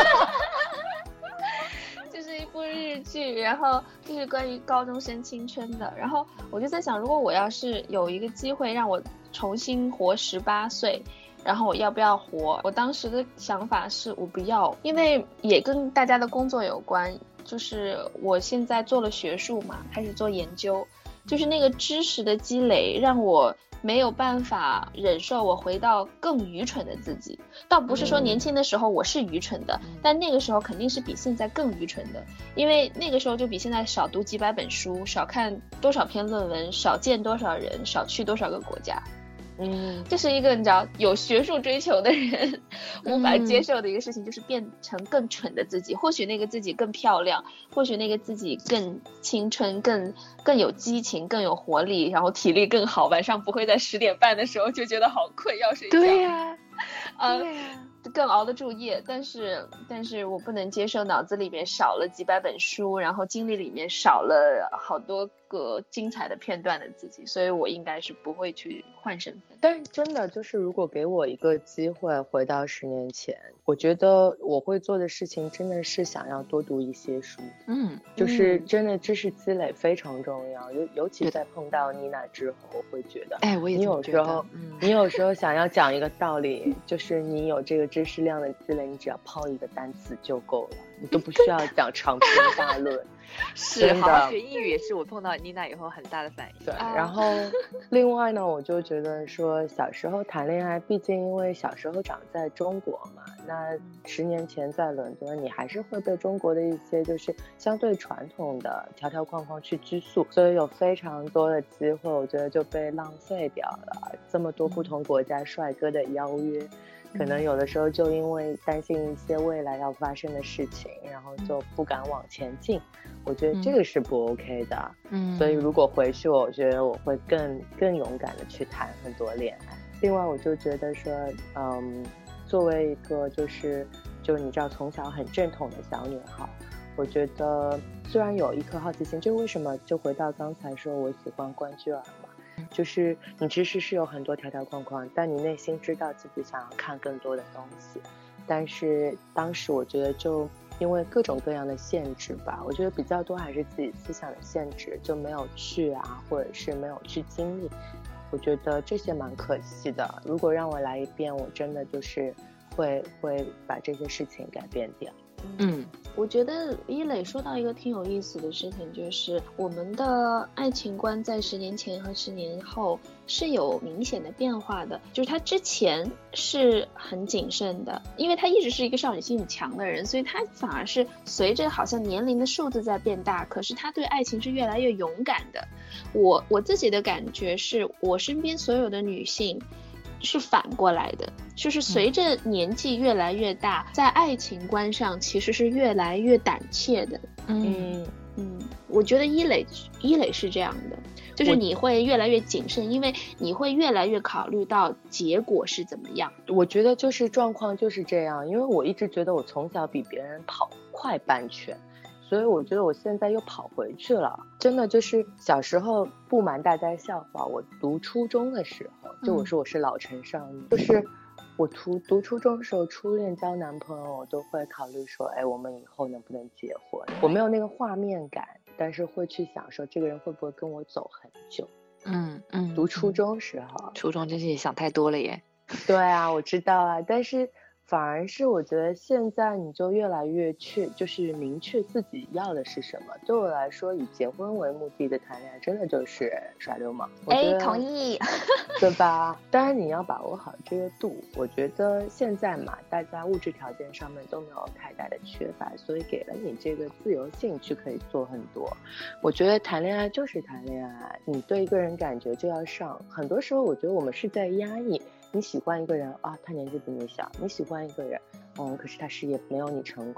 就是一部日剧，然后就是关于高中生青春的。然后我就在想，如果我要是有一个机会让我重新活十八岁，然后我要不要活？我当时的想法是我不要，因为也跟大家的工作有关。就是我现在做了学术嘛，开始做研究，就是那个知识的积累让我没有办法忍受我回到更愚蠢的自己。倒不是说年轻的时候我是愚蠢的，嗯、但那个时候肯定是比现在更愚蠢的，因为那个时候就比现在少读几百本书，少看多少篇论文，少见多少人，少去多少个国家。嗯，这是一个你知道有学术追求的人无法接受的一个事情，就是变成更蠢的自己。或许那个自己更漂亮，或许那个自己更青春，更更有激情，更有活力，然后体力更好，晚上不会在十点半的时候就觉得好困要睡觉。 对呀、 啊，呃、对呀、啊。更熬得住夜，但是但是我不能接受脑子里面少了几百本书，然后精力里面少了好多个精彩的片段的自己，所以我应该是不会去换身份。 但真的就是如果给我一个机会回到十年前，我觉得我会做的事情真的是想要多读一些书。嗯，就是真的知识积累非常重要，尤尤其在碰到妮娜之后，我会觉得， 哎，我也你有时候、嗯、你有时候想要讲一个道理，就是你有这个知识量的积累，你只要抛一个单词就够了，你都不需要讲长篇大论。 是，好好学英语也是我碰到妮娜以后很大的反应。 对，然后另外呢，我就觉得说小时候谈恋爱，毕竟因为小时候长在中国嘛，那十年前在伦敦，你还是会被中国的一些就是相对传统的条条框框去拘束，所以有非常多的机会，我觉得就被浪费掉了。这么多不同国家帅哥的邀约。可能有的时候就因为担心一些未来要发生的事情，然后就不敢往前进，我觉得这个是不 OK 的。嗯，所以如果回去，我觉得我会更更勇敢的去谈很多恋爱。另外我就觉得说嗯，作为一个就是就你知道从小很正统的小女孩，我觉得虽然有一颗好奇心，就为什么就回到刚才说我喜欢关雎尔嘛，就是你知识是有很多条条框框，但你内心知道自己想要看更多的东西。但是当时我觉得就因为各种各样的限制吧，我觉得比较多还是自己思想的限制，就没有去啊，或者是没有去经历。我觉得这些蛮可惜的，如果让我来一遍，我真的就是会会把这些事情改变掉。 嗯，我觉得伊磊说到一个挺有意思的事情，就是我们的爱情观在十年前和十年后是有明显的变化的。就是他之前是很谨慎的，因为他一直是一个少女心很强的人，所以他反而是随着好像年龄的数字在变大，可是他对爱情是越来越勇敢的。我我自己的感觉是，我身边所有的女性是反过来的，就是随着年纪越来越大，嗯、在爱情观上其实是越来越胆怯的。嗯嗯，我觉得伊磊伊磊是这样的，就是你会越来越谨慎，因为你会越来越考虑到结果是怎么样。 我觉得就是状况就是这样，因为我一直觉得我从小比别人跑快半圈。所以我觉得我现在又跑回去了，真的就是小时候不瞒大家笑话，我读初中的时候，就我说我是老成少女，嗯、就是我读读初中的时候，初恋交男朋友，我都会考虑说，哎，我们以后能不能结婚？我没有那个画面感，但是会去想说，这个人会不会跟我走很久？嗯嗯，读初中时候， 初中真是想太多了耶。 对啊，我知道啊，但是。反而是我觉得现在你就越来越确，就是明确自己要的是什么。对我来说，以结婚为目的的谈恋爱，真的就是耍流氓。 哎，同意， 对吧？当然你要把握好这个度。我觉得现在嘛，大家物质条件上面都没有太大的缺乏，所以给了你这个自由性去可以做很多。我觉得谈恋爱就是谈恋爱，你对一个人感觉就要上。很多时候，我觉得我们是在压抑。你喜欢一个人啊，他年纪比你小，你喜欢一个人，嗯，可是他事业没有你成功，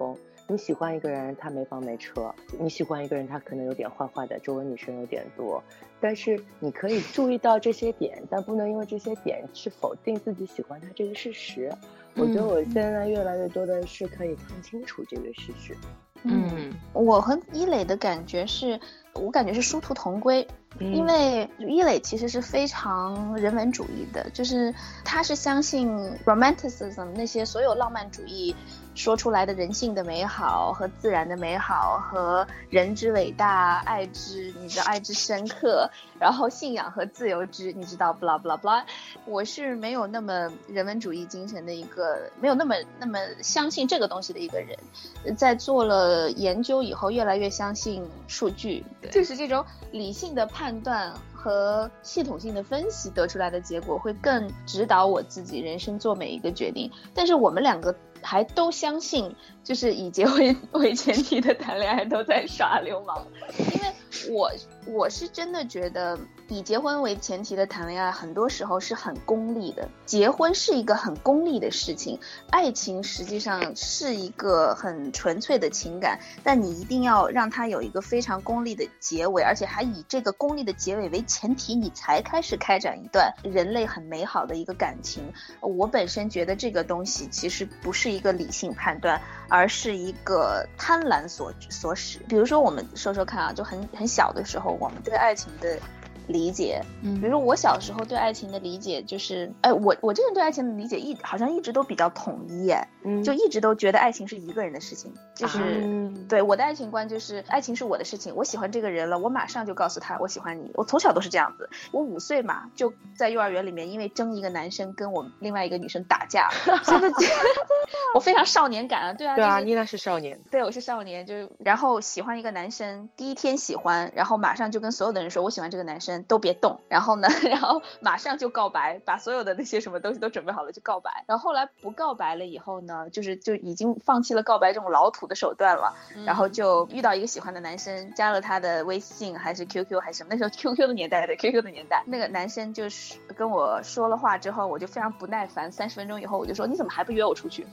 你喜欢一个人他没房没车，你喜欢一个人他可能有点坏坏的，周围女生有点多，但是你可以注意到这些点，但不能因为这些点去否定自己喜欢他这个事实。我觉得我现在越来越多的是可以看清楚这个事实。 嗯，我和伊磊的感觉是，我感觉是殊途同归，嗯、因为伊磊其实是非常人文主义的，就是他是相信 romanticism 那些所有浪漫主义说出来的人性的美好和自然的美好和人之伟大，爱之你知道爱之深刻，然后信仰和自由之你知道 blah blah blah。我是没有那么人文主义精神的一个，没有那么那么相信这个东西的一个人，在做了研究以后越来越相信数据，就是这种理性的判断和系统性的分析得出来的结果会更指导我自己人生做每一个决定。但是我们两个还都相信就是以结婚为前提的谈恋爱都在耍流氓，因为我我是真的觉得以结婚为前提的谈恋爱很多时候是很功利的，结婚是一个很功利的事情，爱情实际上是一个很纯粹的情感，但你一定要让它有一个非常功利的结尾，而且还以这个功利的结尾为前提，你才开始开展一段人类很美好的一个感情。我本身觉得这个东西其实不是一个理性判断，而是一个贪婪所所使。比如说我们说说看啊，就很很小的时候我们对爱情的理解，比如我小时候对爱情的理解就是，哎，我我这个人对爱情的理解一好像一直都比较统一，哎、嗯，就一直都觉得爱情是一个人的事情，就是、啊、对我的爱情观就是爱情是我的事情，我喜欢这个人了，我马上就告诉他我喜欢你，我从小都是这样子。我五岁嘛，就在幼儿园里面因为争一个男生跟我另外一个女生打架，真的，我非常少年感啊，对啊， 对啊，妮娜是少年， 对，我是少年，就然后喜欢一个男生，第一天喜欢，然后马上就跟所有的人说我喜欢这个男生。都别动，然后呢，然后马上就告白，把所有的那些什么东西都准备好了就告白。然后后来不告白了以后呢，就是就已经放弃了告白这种老土的手段了，嗯、然后就遇到一个喜欢的男生，加了他的微信还是 Q Q 还是什么，那时候 Q Q 的年代，对 Q Q 的年代，那个男生就是跟我说了话之后，我就非常不耐烦，三十分钟以后我就说你怎么还不约我出去？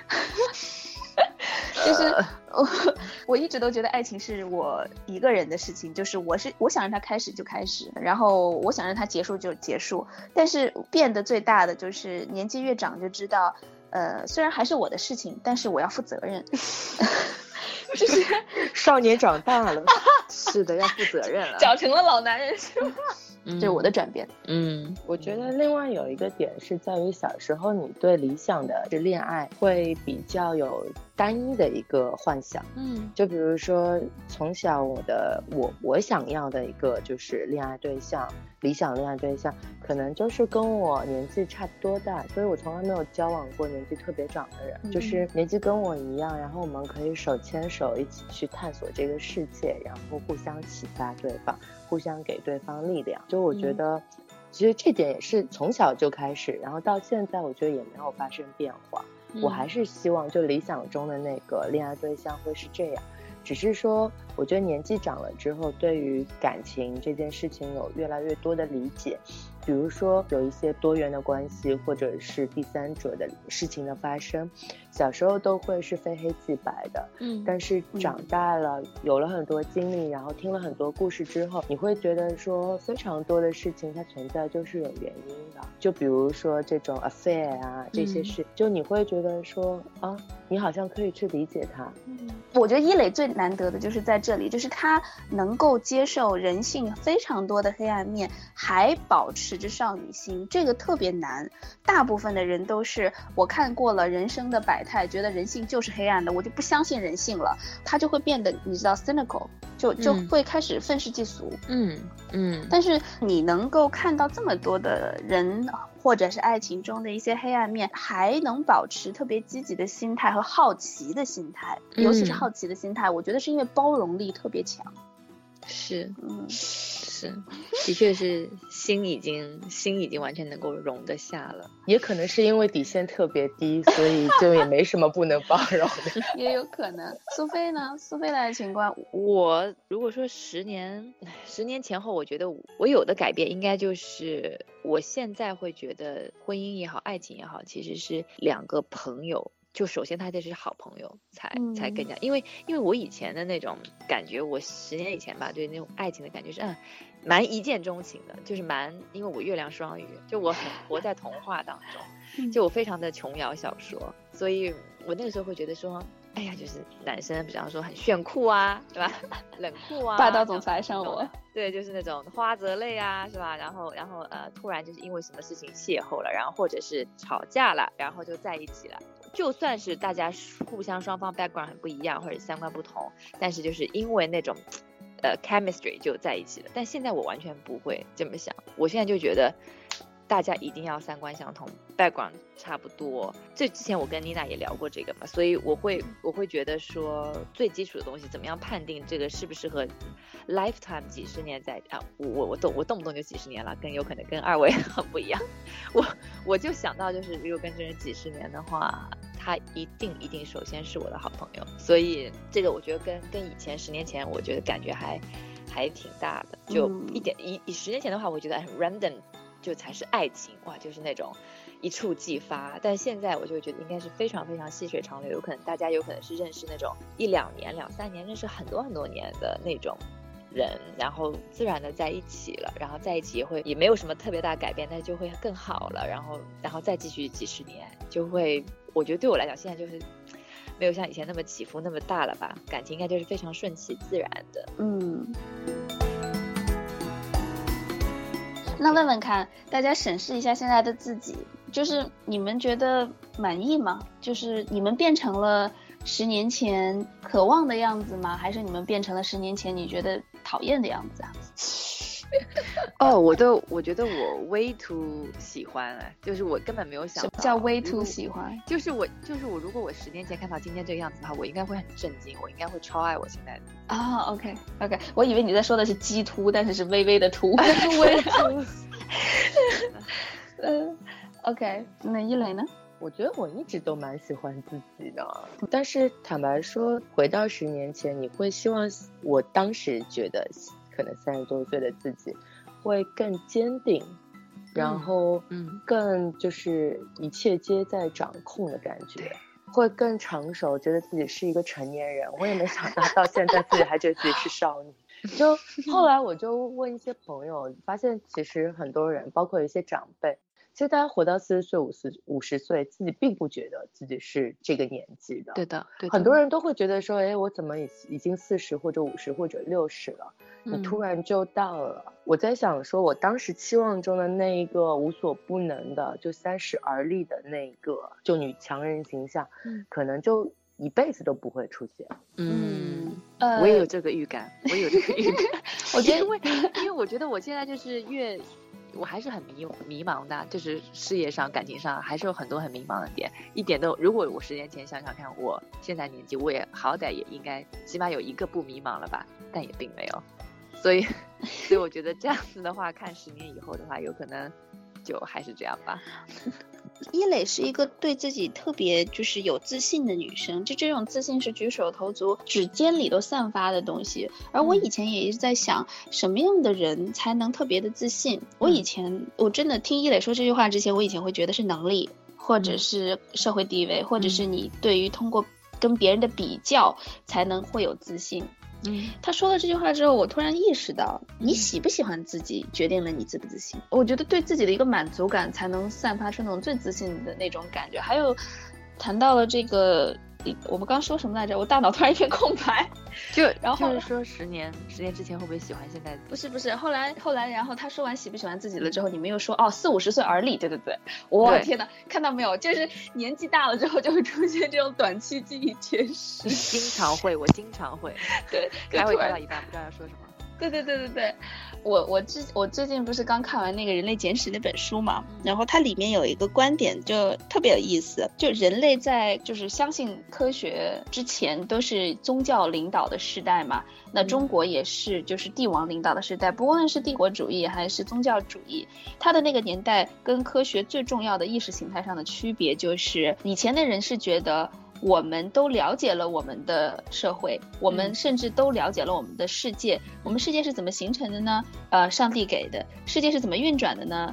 就是我我一直都觉得爱情是我一个人的事情，就是我是我想让它开始就开始，然后我想让它结束就结束。但是变得最大的就是年纪越长就知道，呃，虽然还是我的事情，但是我要负责任。就是少年长大了， 是的，要负责任了， 长成了老男人是吧？这是我的转变。 嗯，我觉得另外有一个点是在于小时候你对理想的恋爱会比较有单一的一个幻想。嗯，就比如说从小我的我我想要的一个就是恋爱对象，理想恋爱对象可能就是跟我年纪差不多大，所以我从来没有交往过年纪特别长的人，嗯、就是年纪跟我一样，然后我们可以手牵手一起去探索这个世界，然后互相启发对方，互相给对方力量。就我觉得、嗯、其实这点也是从小就开始，然后到现在我觉得也没有发生变化、嗯、我还是希望就理想中的那个恋爱对象会是这样，只是说我觉得年纪长了之后对于感情这件事情有越来越多的理解，比如说有一些多元的关系或者是第三者的事情的发生，小时候都会是非黑即白的，嗯，但是长大了、嗯、有了很多经历，然后听了很多故事之后，你会觉得说非常多的事情它存在就是有原因的，就比如说这种 affair 啊这些事、嗯、就你会觉得说啊你好像可以去理解它。 嗯，我觉得伊磊最难得的就是在这里，就是他能够接受人性非常多的黑暗面还保持着少女心，这个特别难。大部分的人都是我看过了人生的百态，觉得人性就是黑暗的，我就不相信人性了，他就会变得你知道 cynical， 就就会开始愤世嫉俗。嗯嗯。但是你能够看到这么多的人或者是爱情中的一些黑暗面，还能保持特别积极的心态和好奇的心态，尤其是好奇的心态、嗯、我觉得是因为包容力特别强。 是，嗯，是，的确是心已经心已经完全能够容得下了， 也可能是因为底线特别低，所以就也没什么不能包容的。 也有可能。苏菲呢？苏菲的爱情观， 我如果说十年十年前后，我觉得我有的改变应该就是我现在会觉得婚姻也好，爱情也好，其实是两个朋友就首先他得是好朋友才才更加，因为因为我以前的那种感觉，我十年以前吧，对那种爱情的感觉是嗯，蛮一见钟情的，就是蛮，因为我月亮双鱼，就我很活在童话当中，就我非常的琼瑶小说，所以我那个时候会觉得说，哎呀，就是男生比方说很炫酷啊，对吧？冷酷啊， 霸道总裁上我， 对，就是那种花泽类啊，是吧？然后然后呃，突然就是因为什么事情邂逅了，然后或者是吵架了，然后就在一起了。就算是大家互相双方 background 很不一样，或者三观不同，但是就是因为那种呃 chemistry 就在一起了。但现在我完全不会这么想，我现在就觉得大家一定要三观相同 background 差不多。这之前我跟妮娜也聊过这个嘛，所以我会我会觉得说最基础的东西怎么样判定这个适不适合 lifetime 几十年在啊，我我我动我动不动就几十年了，跟有可能跟二位很不一样。我我就想到就是如果跟这人几十年的话，他一定一定首先是我的好朋友，所以这个我觉得跟跟以前十年前我觉得感觉还还挺大的，就一点、嗯、以以十年前的话我觉得很 random 就才是爱情，哇，就是那种一触即发，但现在我就觉得应该是非常非常细水长流，有可能大家有可能是认识那种一两年两三年认识很多很多年的那种人，然后自然的在一起了，然后在一起也会也没有什么特别大的改变，但是就会更好了，然后然后再继续几十年，就会我觉得对我来讲现在就是没有像以前那么起伏那么大了吧，感情应该就是非常顺其自然的。 嗯，那问问看大家审视一下现在的自己，就是你们觉得满意吗？就是你们变成了十年前渴望的样子吗？还是你们变成了十年前你觉得讨厌的样子啊？ 哦，我都我觉得我 way too 喜欢哎，就是我根本没有想到。 什么叫 way too 喜欢？ 就是我就是我，如果我十年前看到今天这个样子的话，我应该会很震惊，我应该会超爱我现在的。 啊、哦、，OK OK， 我以为你在说的是鸡突，但是是微微的突。 微突。 嗯 ，OK， 那一磊呢？ 我觉得我一直都蛮喜欢自己的，但是坦白说，回到十年前，你会希望我当时觉得可能三十多岁的自己会更坚定，然后嗯，更就是一切皆在掌控的感觉，会更成熟，觉得自己是一个成年人。我也没想到到现在自己还觉得自己是少女。就后来我就问一些朋友，发现其实很多人，包括一些长辈，其实大家活到四十岁、五十五十岁，自己并不觉得自己是这个年纪的。 对的，对的。 很多人都会觉得说，哎，我怎么已已经四十或者五十或者六十了，你突然就到了。嗯、我在想说，我当时期望中的那一个无所不能的，就三十而立的那一个就女强人形象，嗯、可能就一辈子都不会出现。 嗯，呃、我也有这个预感，我也有这个预感。我觉得，因为因为我觉得我现在就是越。我还是很迷迷茫的，就是事业上、感情上还是有很多很迷茫的点，一点都。如果我十年前想想看，我现在年纪，我也好歹也应该起码有一个不迷茫了吧，但也并没有。所以，所以我觉得这样子的话，看十年以后的话，有可能就还是这样吧。 一磊是一个对自己特别就是有自信的女生，就这种自信是举手投足指尖里都散发的东西。而我以前也一直在想，什么样的人才能特别的自信。我以前我真的听一磊说这句话之前，我以前会觉得是能力，或者是社会地位，或者是你对于通过跟别人的比较才能会有自信。嗯，他说了这句话之后，我突然意识到，你喜不喜欢自己决定了你自不自信。我觉得对自己的一个满足感，才能散发出那种最自信的那种感觉。还有，谈到了这个，我们刚说什么来着？我大脑突然一片空白。 就然后就是说，十年十年之前会不会喜欢现在？ 不是不是，后来后来，然后他说完喜不喜欢自己了之后，你们又说哦，四五十岁而立，对对对，我天哪，看到没有？就是年纪大了之后就会出现这种短期记忆缺失。 经常会，我经常会， 对， 开会开到一半不知道要说什么。 对对对对对，我我最我最近不是刚看完那个《人类简史》那本书嘛，然后它里面有一个观点就特别有意思，就人类在就是相信科学之前都是宗教领导的时代嘛，那中国也是就是帝王领导的时代，不论是帝国主义还是宗教主义，它的那个年代跟科学最重要的意识形态上的区别就是以前的人是觉得我们都了解了我们的社会，我们甚至都了解了我们的世界，我们世界是怎么形成的呢？呃，上帝给的。世界是怎么运转的呢？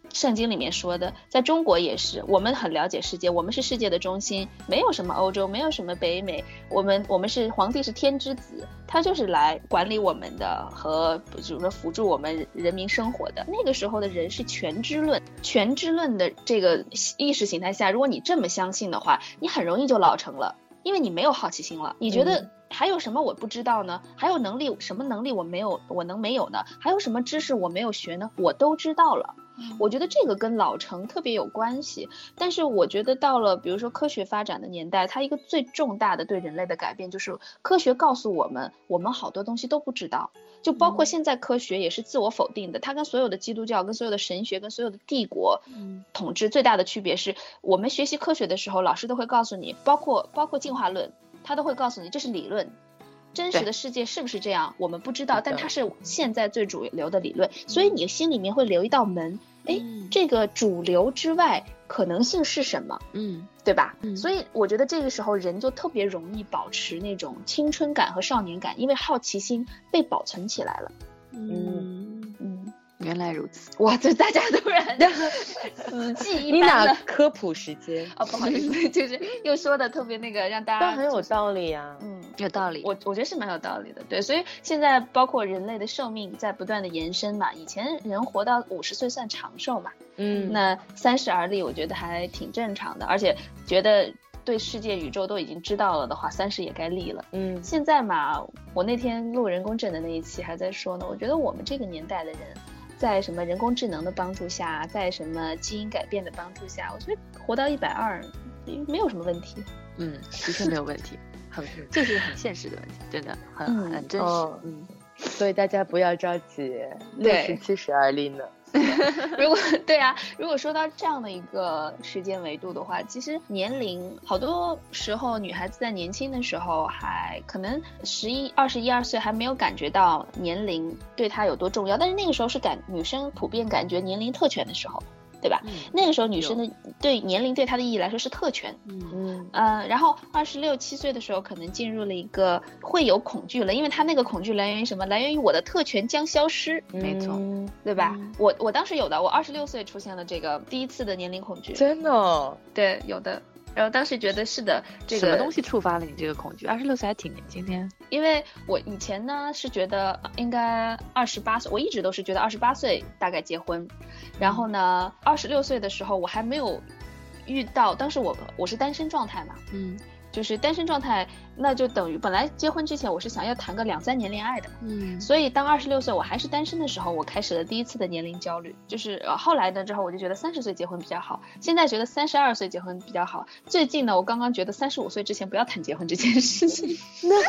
圣经里面说的，在中国也是，我们很了解世界，我们是世界的中心，没有什么欧洲，没有什么北美，我们我们是皇帝是天之子，他就是来管理我们的和比如说辅助我们人民生活的。那个时候的人是全知论，全知论的这个意识形态下，如果你这么相信的话，你很容易就老成了，因为你没有好奇心了，你觉得还有什么我不知道呢？还有能力，什么能力我没有，我能没有呢？还有什么知识我没有学呢？我都知道了。我觉得这个跟老成特别有关系。但是我觉得到了比如说科学发展的年代，它一个最重大的对人类的改变就是科学告诉我们，我们好多东西都不知道。就包括现在科学也是自我否定的，它跟所有的基督教跟所有的神学跟所有的帝国统治最大的区别是，我们学习科学的时候老师都会告诉你，包括包括进化论，他都会告诉你这是理论，真实的世界是不是这样我们不知道，但它是现在最主流的理论，所以你心里面会留一道门，哎，这个主流之外可能性是什么？嗯，对吧？嗯，所以我觉得这个时候人就特别容易保持那种青春感和少年感，因为好奇心被保存起来了。 嗯嗯，原来如此。 哇，这大家突然死记一般了。 你哪科普时间哦，不好意思，就是又说的特别那个让大家， 但很有道理啊。 嗯， 有道理， 我我觉得是蛮有道理的。对，所以现在包括人类的寿命在不断的延伸嘛，以前人活到五十岁算长寿嘛，嗯，那三十而立我觉得还挺正常的，而且觉得对世界宇宙都已经知道了的话，三十也该立了。嗯，现在嘛，我那天录人工智能那一期还在说呢，我觉得我们这个年代的人，在什么人工智能的帮助下，在什么基因改变的帮助下，我觉得活到一百二没有什么问题。 嗯，的确没有问题，很这是很现实的问题，真的很、嗯、很真实。哦、嗯， 所以大家不要着急，六十七十而立呢。 如果对啊，如果说到这样的一个时间维度的话，其实年龄好多时候女孩子在年轻的时候还可能十一二十一二岁还没有感觉到年龄对她有多重要，但是那个时候是感女生普遍感觉年龄特权的时候，对吧？嗯、那个时候女生的对年龄对她的意义来说是特权。嗯嗯、呃、然后二十六七岁的时候可能进入了一个会有恐惧了，因为她那个恐惧来源于什么？来源于我的特权将消失。 没错， 嗯、对吧？嗯、我我当时有的，我二十六岁出现了这个第一次的年龄恐惧。 真的、哦？ 对，有的。然后当时觉得是的，这个什么东西触发了你这个恐惧？二十六岁还挺年轻的。 因为我以前呢是觉得应该二十八岁，我一直都是觉得二十八岁大概结婚，然后呢二十六岁的时候我还没有遇到，当时我我是单身状态嘛，嗯，就是单身状态，那就等于本来结婚之前我是想要谈个两三年恋爱的，嗯，所以当二十六岁我还是单身的时候，我开始了第一次的年龄焦虑，就是呃后来呢之后我就觉得三十岁结婚比较好，现在觉得三十二岁结婚比较好，最近呢我刚刚觉得三十五岁之前不要谈结婚这件事情。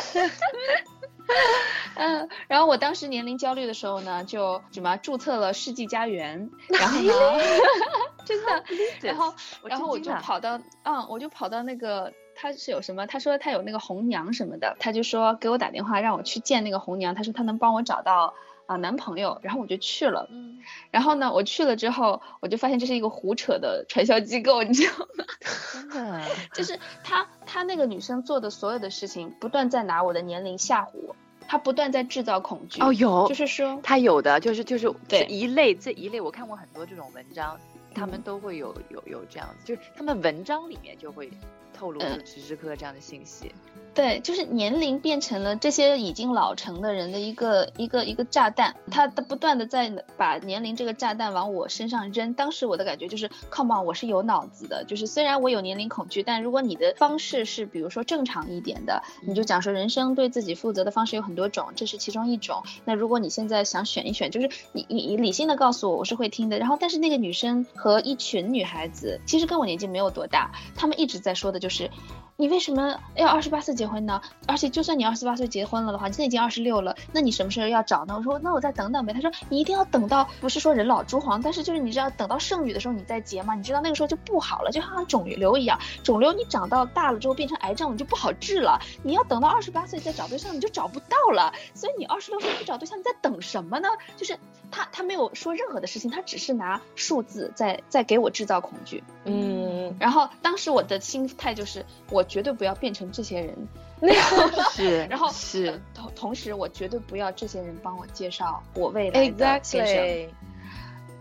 嗯，然后我当时年龄焦虑的时候呢，就什么注册了世纪佳缘，然后呢，真的，然后然后我就跑到，嗯，我就跑到那个。他是有什么？他说他有那个红娘什么的，他就说给我打电话让我去见那个红娘，他说他能帮我找到啊、呃、男朋友，然后我就去了。嗯，然后呢，我去了之后，我就发现这是一个胡扯的传销机构，你知道吗？ 真的， 就是他他那个女生做的所有的事情，不断在拿我的年龄吓唬我。他不断在制造恐惧。 哦，有， 就是说他有的就是就是这一类这一类，我看过很多这种文章，他们都会有有有这样子，就是他们文章里面就会透露出时时刻刻这样的信息。 嗯，对，就是年龄变成了这些已经老成的人的一个一个一个炸弹，他不断的在把年龄这个炸弹往我身上扔。当时我的感觉就是 come on， 我是有脑子的，就是虽然我有年龄恐惧，但如果你的方式是比如说正常一点的，你就讲说人生对自己负责的方式有很多种，这是其中一种，那如果你现在想选一选，就是你你你理性的告诉我，我是会听的。然后但是那个女生和一群女孩子其实跟我年纪没有多大，她们一直在说的就是你为什么要二十八岁结婚呢？而且就算你二十八岁结婚了的话，你现在已经二十六了，那你什么时候要找呢？我说那我再等等呗。他说你一定要等到，不是说人老珠黄，但是就是你知道等到剩女的时候你再结嘛，你知道那个时候就不好了，就好像肿瘤一样，肿瘤你长到大了之后变成癌症，你就不好治了。你要等到二十八岁再找对象，你就找不到了。所以你二十六岁不找对象，你在等什么呢？就是他他没有说任何的事情，他只是拿数字在在给我制造恐惧。嗯，然后当时我的心态就是我绝对不要变成这些人， 是， 然后是、 呃、同同时我绝对不要这些人帮我介绍我未来的先生。 Exactly。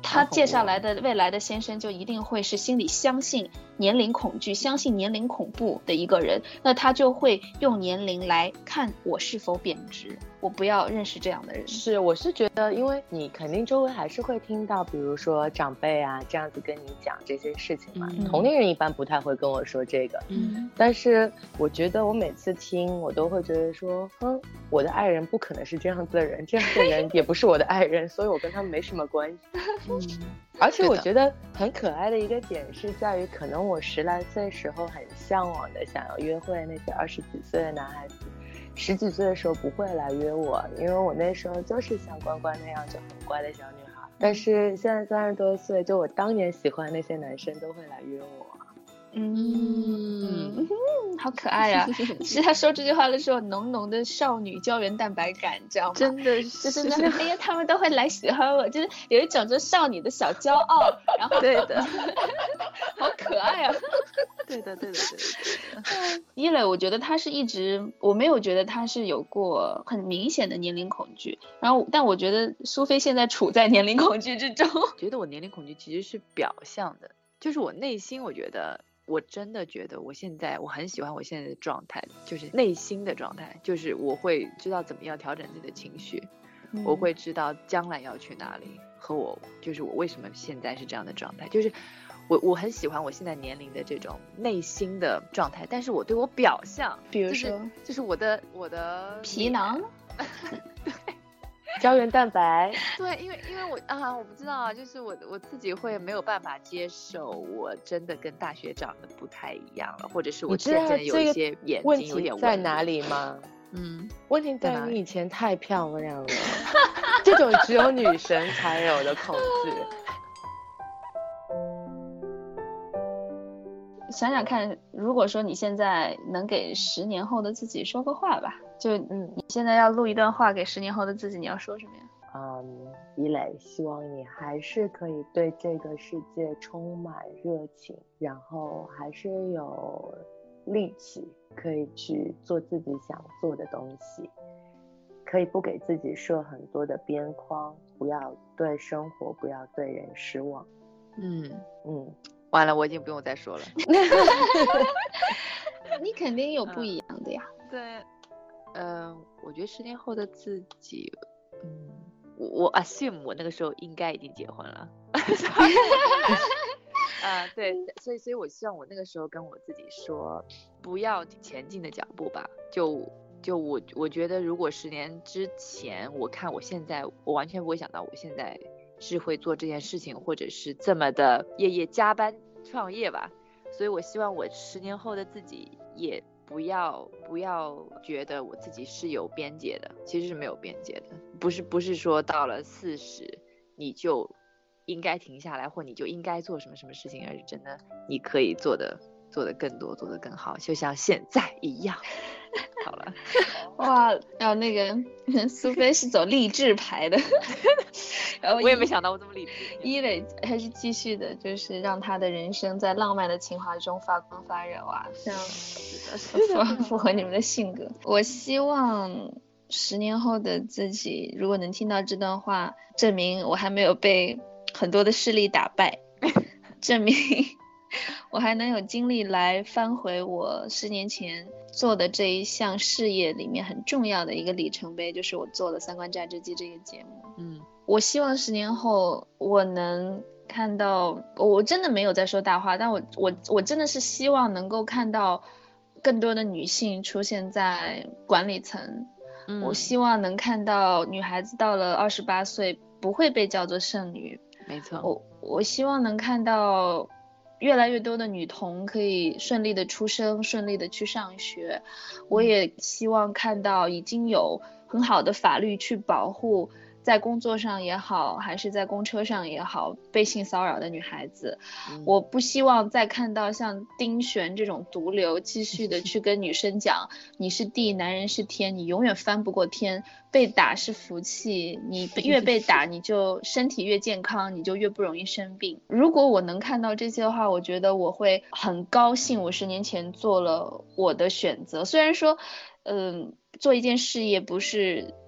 他介绍来的未来的先生就一定会是心里相信年龄恐惧，相信年龄恐怖的一个人，那他就会用年龄来看我是否贬值，我不要认识这样的人。 是，我是觉得因为你肯定周围还是会听到比如说长辈啊这样子跟你讲这些事情嘛、嗯、同龄人一般不太会跟我说这个，嗯，但是我觉得我每次听我都会觉得说嗯，我的爱人不可能是这样子的人，这样子的人也不是我的爱人所以我跟他们没什么关系嗯，而且我觉得很可爱的一个点是在于可能我十来岁时候很向往的想要约会那些二十几岁的男孩子十几岁的时候不会来约我，因为我那时候就是像关关那样就很乖的小女孩，但是现在三十多岁，就我当年喜欢那些男生都会来约我。 嗯, 嗯好可爱啊其实他说这句话的时候浓浓的少女胶原蛋白感，你知道吗？ 真的是就是那哎呀他们都会来喜欢我，就是有一种就少女的小骄傲，然后对的好可爱啊对的对的对的对的一磊我觉得他是一直我没有觉得他是有过很明显的年龄恐惧，然后但我觉得苏菲现在处在年龄恐惧之中觉得我年龄恐惧其实是表象的，就是我内心我觉得我真的觉得我现在我很喜欢我现在的状态，就是内心的状态，就是我会知道怎么样调整自己的情绪、嗯、我会知道将来要去哪里，和我就是我为什么现在是这样的状态，就是我我很喜欢我现在年龄的这种内心的状态，但是我对我表象比如说、 就是、就是我的我的皮囊对胶原蛋白对，因为因为我啊，我不知道啊，就是我我自己会没有办法接受，我真的跟大学长得不太一样了，或者是我渐渐有一些眼睛有点问题在哪里吗？ 嗯， 问题在于你以前太漂亮了，这种只有女神才有的恐惧。 想想看，如果说你现在能给十年后的自己说个话吧，就嗯，你现在要录一段话给十年后的自己，你要说什么呀？ 嗯，一磊，希望你还是可以对这个世界充满热情，然后还是有力气可以去做自己想做的东西，可以不给自己设很多的边框，不要对生活不要对人失望。 嗯嗯， 完了，我已经不用再说了你肯定有不一样的呀、 嗯、对嗯、呃，我觉得十年后的自己嗯，我我 assume 我那个时候应该已经结婚了啊、uh, 对，所以所以我希望我那个时候跟我自己说不要前进的脚步吧，就就我我觉得如果十年之前我看我现在，我完全不会想到我现在是会做这件事情，或者是这么的夜夜加班创业吧，所以我希望我十年后的自己也不要不要觉得我自己是有边界的，其实是没有边界的，不是不是说到了四十你就应该停下来，或你就应该做什么什么事情，而是真的你可以做的做的更多，做的更好，就像现在一样好了哇，然后那个苏菲是走励志牌的然后我也没想到我这么励志。 一磊还是继续的，就是让他的人生在浪漫的情怀中发光发热啊，这样符符合你们的性格。我希望十年后的自己如果能听到这段话，证明我还没有被很多的势力打败证明我还能有精力来翻回我十年前做的这一项事业里面很重要的一个里程碑，就是我做了三观榨汁机这个节目。 嗯， 我希望十年后我能看到，我真的没有在说大话，但我我我真的是希望能够看到更多的女性出现在管理层、嗯、我希望能看到女孩子到了二十八岁不会被叫做剩女。 没错， 我我希望能看到越来越多的女童可以顺利的出生，顺利的去上学。我也希望看到已经有很好的法律去保护在工作上也好，还是在公车上也好被性骚扰的女孩子、嗯、我不希望再看到像丁璇这种毒瘤继续的去跟女生讲你是地男人是天，你永远翻不过天，被打是福气，你越被打你就身体越健康，你就越不容易生病。如果我能看到这些的话，我觉得我会很高兴我十年前做了我的选择。虽然说嗯，做一件事业不是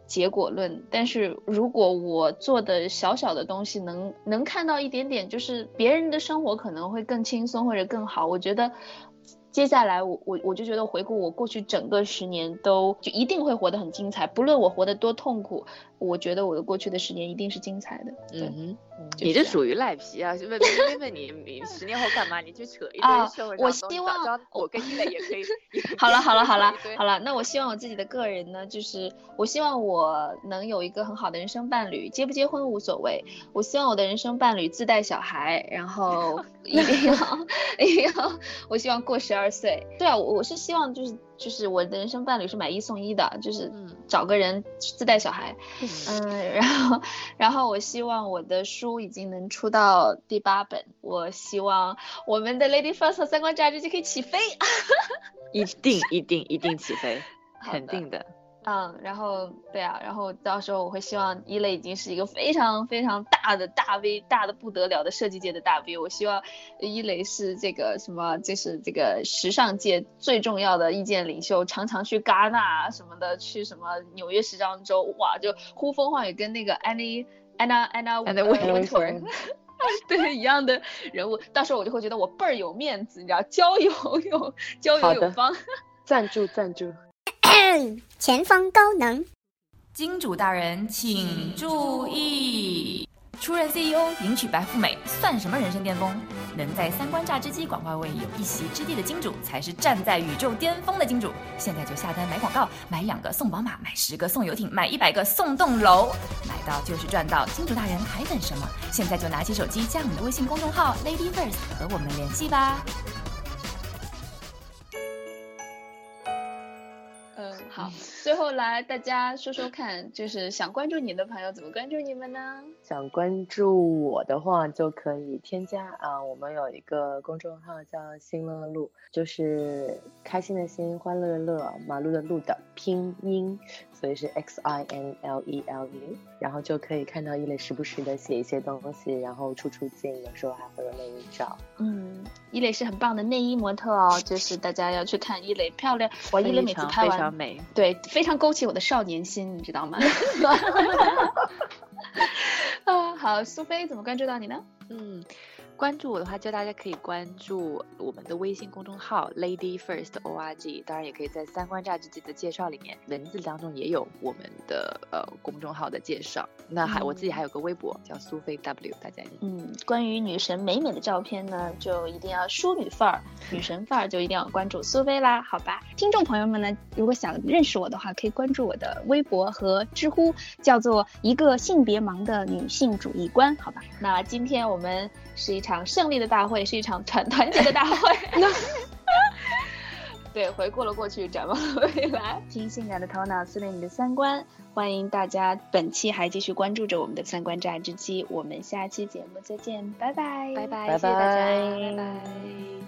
结果论，但是如果我做的小小的东西能能看到一点点，就是别人的生活可能会更轻松或者更好，我觉得接下来我我我就觉得回顾我过去整个十年都就一定会活得很精彩，不论我活得多痛苦，我觉得我的过去的十年一定是精彩的。对， 嗯哼， 你这属于赖皮啊！问问问你，你十年后干嘛？你去扯一堆社会上的东西。 我希望我跟伊磊也可以。 好了好了好了好了，那我希望我自己的个人呢，就是我希望我能有一个很好的人生伴侣，结不结婚无所谓。我希望我的人生伴侣自带小孩，然后一定要一定要，我希望过十二岁。对啊，我我是希望就是就是我的人生伴侣是买一送一的，就是找个人自带小孩。嗯，然后然后我希望我的书已经能出到第八本，我希望我们的 Lady First 和三观榨汁机可以起飞。 一定一定一定起飞，肯定的。 嗯，然后对啊，然后到时候我会希望伊磊已经是一个非常非常大的大 V， 大的不得了的设计界的大 V。我希望伊磊是这个什么，就是这个时尚界最重要的意见领袖，常常去戛纳什么的，去什么纽约时装周，哇，就呼风唤雨，跟那个安妮安娜安娜安娜温图尔。对，一样的人物，到时候我就会觉得我倍儿有面子，你知道，交友有交友有方。 赞助赞助。 前方高能， 金主大人请注意，出任 C E O 迎娶白富美算什么人生巅峰？能在三观榨汁机广告位有一席之地的金主，才是站在宇宙巅峰的金主。现在就下单买广告，买两个送宝马，买十个送游艇，买一百个送栋楼，买到就是赚到。金主大人还等什么？现在就拿起手机加我们的微信公众号 Lady First 和我们联系吧。 好，最后来大家说说看，就是想关注你的朋友怎么关注你们呢？ 想关注我的话就可以添加啊，我们有一个公众号叫新乐路，就是开心的心，欢乐的乐，马路的路的拼音，所以是 X I N L E L U， 然后就可以看到伊磊时不时的写一些东西，然后出出镜，有时候还会有内衣照。 嗯，伊磊是很棒的内衣模特哦，就是大家要去看伊磊漂亮，我伊磊每次拍完非常美， 对，非常勾起我的少年心，你知道吗？啊，好，苏菲怎么关注到你呢？ 嗯，关注我的话，就大家可以关注我们的微信公众号 Lady First O R G， 当然也可以在三观榨汁机的介绍里面，文字当中也有我们的呃公众号的介绍。那还、嗯、我自己还有个微博叫苏菲 W， 大家嗯，关于女神美美的照片呢，就一定要淑女范儿，女神范儿就一定要关注苏菲啦，好吧？听众朋友们呢，如果想认识我的话，可以关注我的微博和知乎，叫做一个性别盲的女性主义观，好吧？那今天我们是一场胜利的大会，是一场团团结的大会。对，回顾了过去，展望了未来，听性感的头脑，撕裂你的三观。欢迎大家本期还继续关注着我们的三观榨汁机，我们下期节目再见，拜拜， 拜拜， 拜拜， 谢谢大家，拜拜。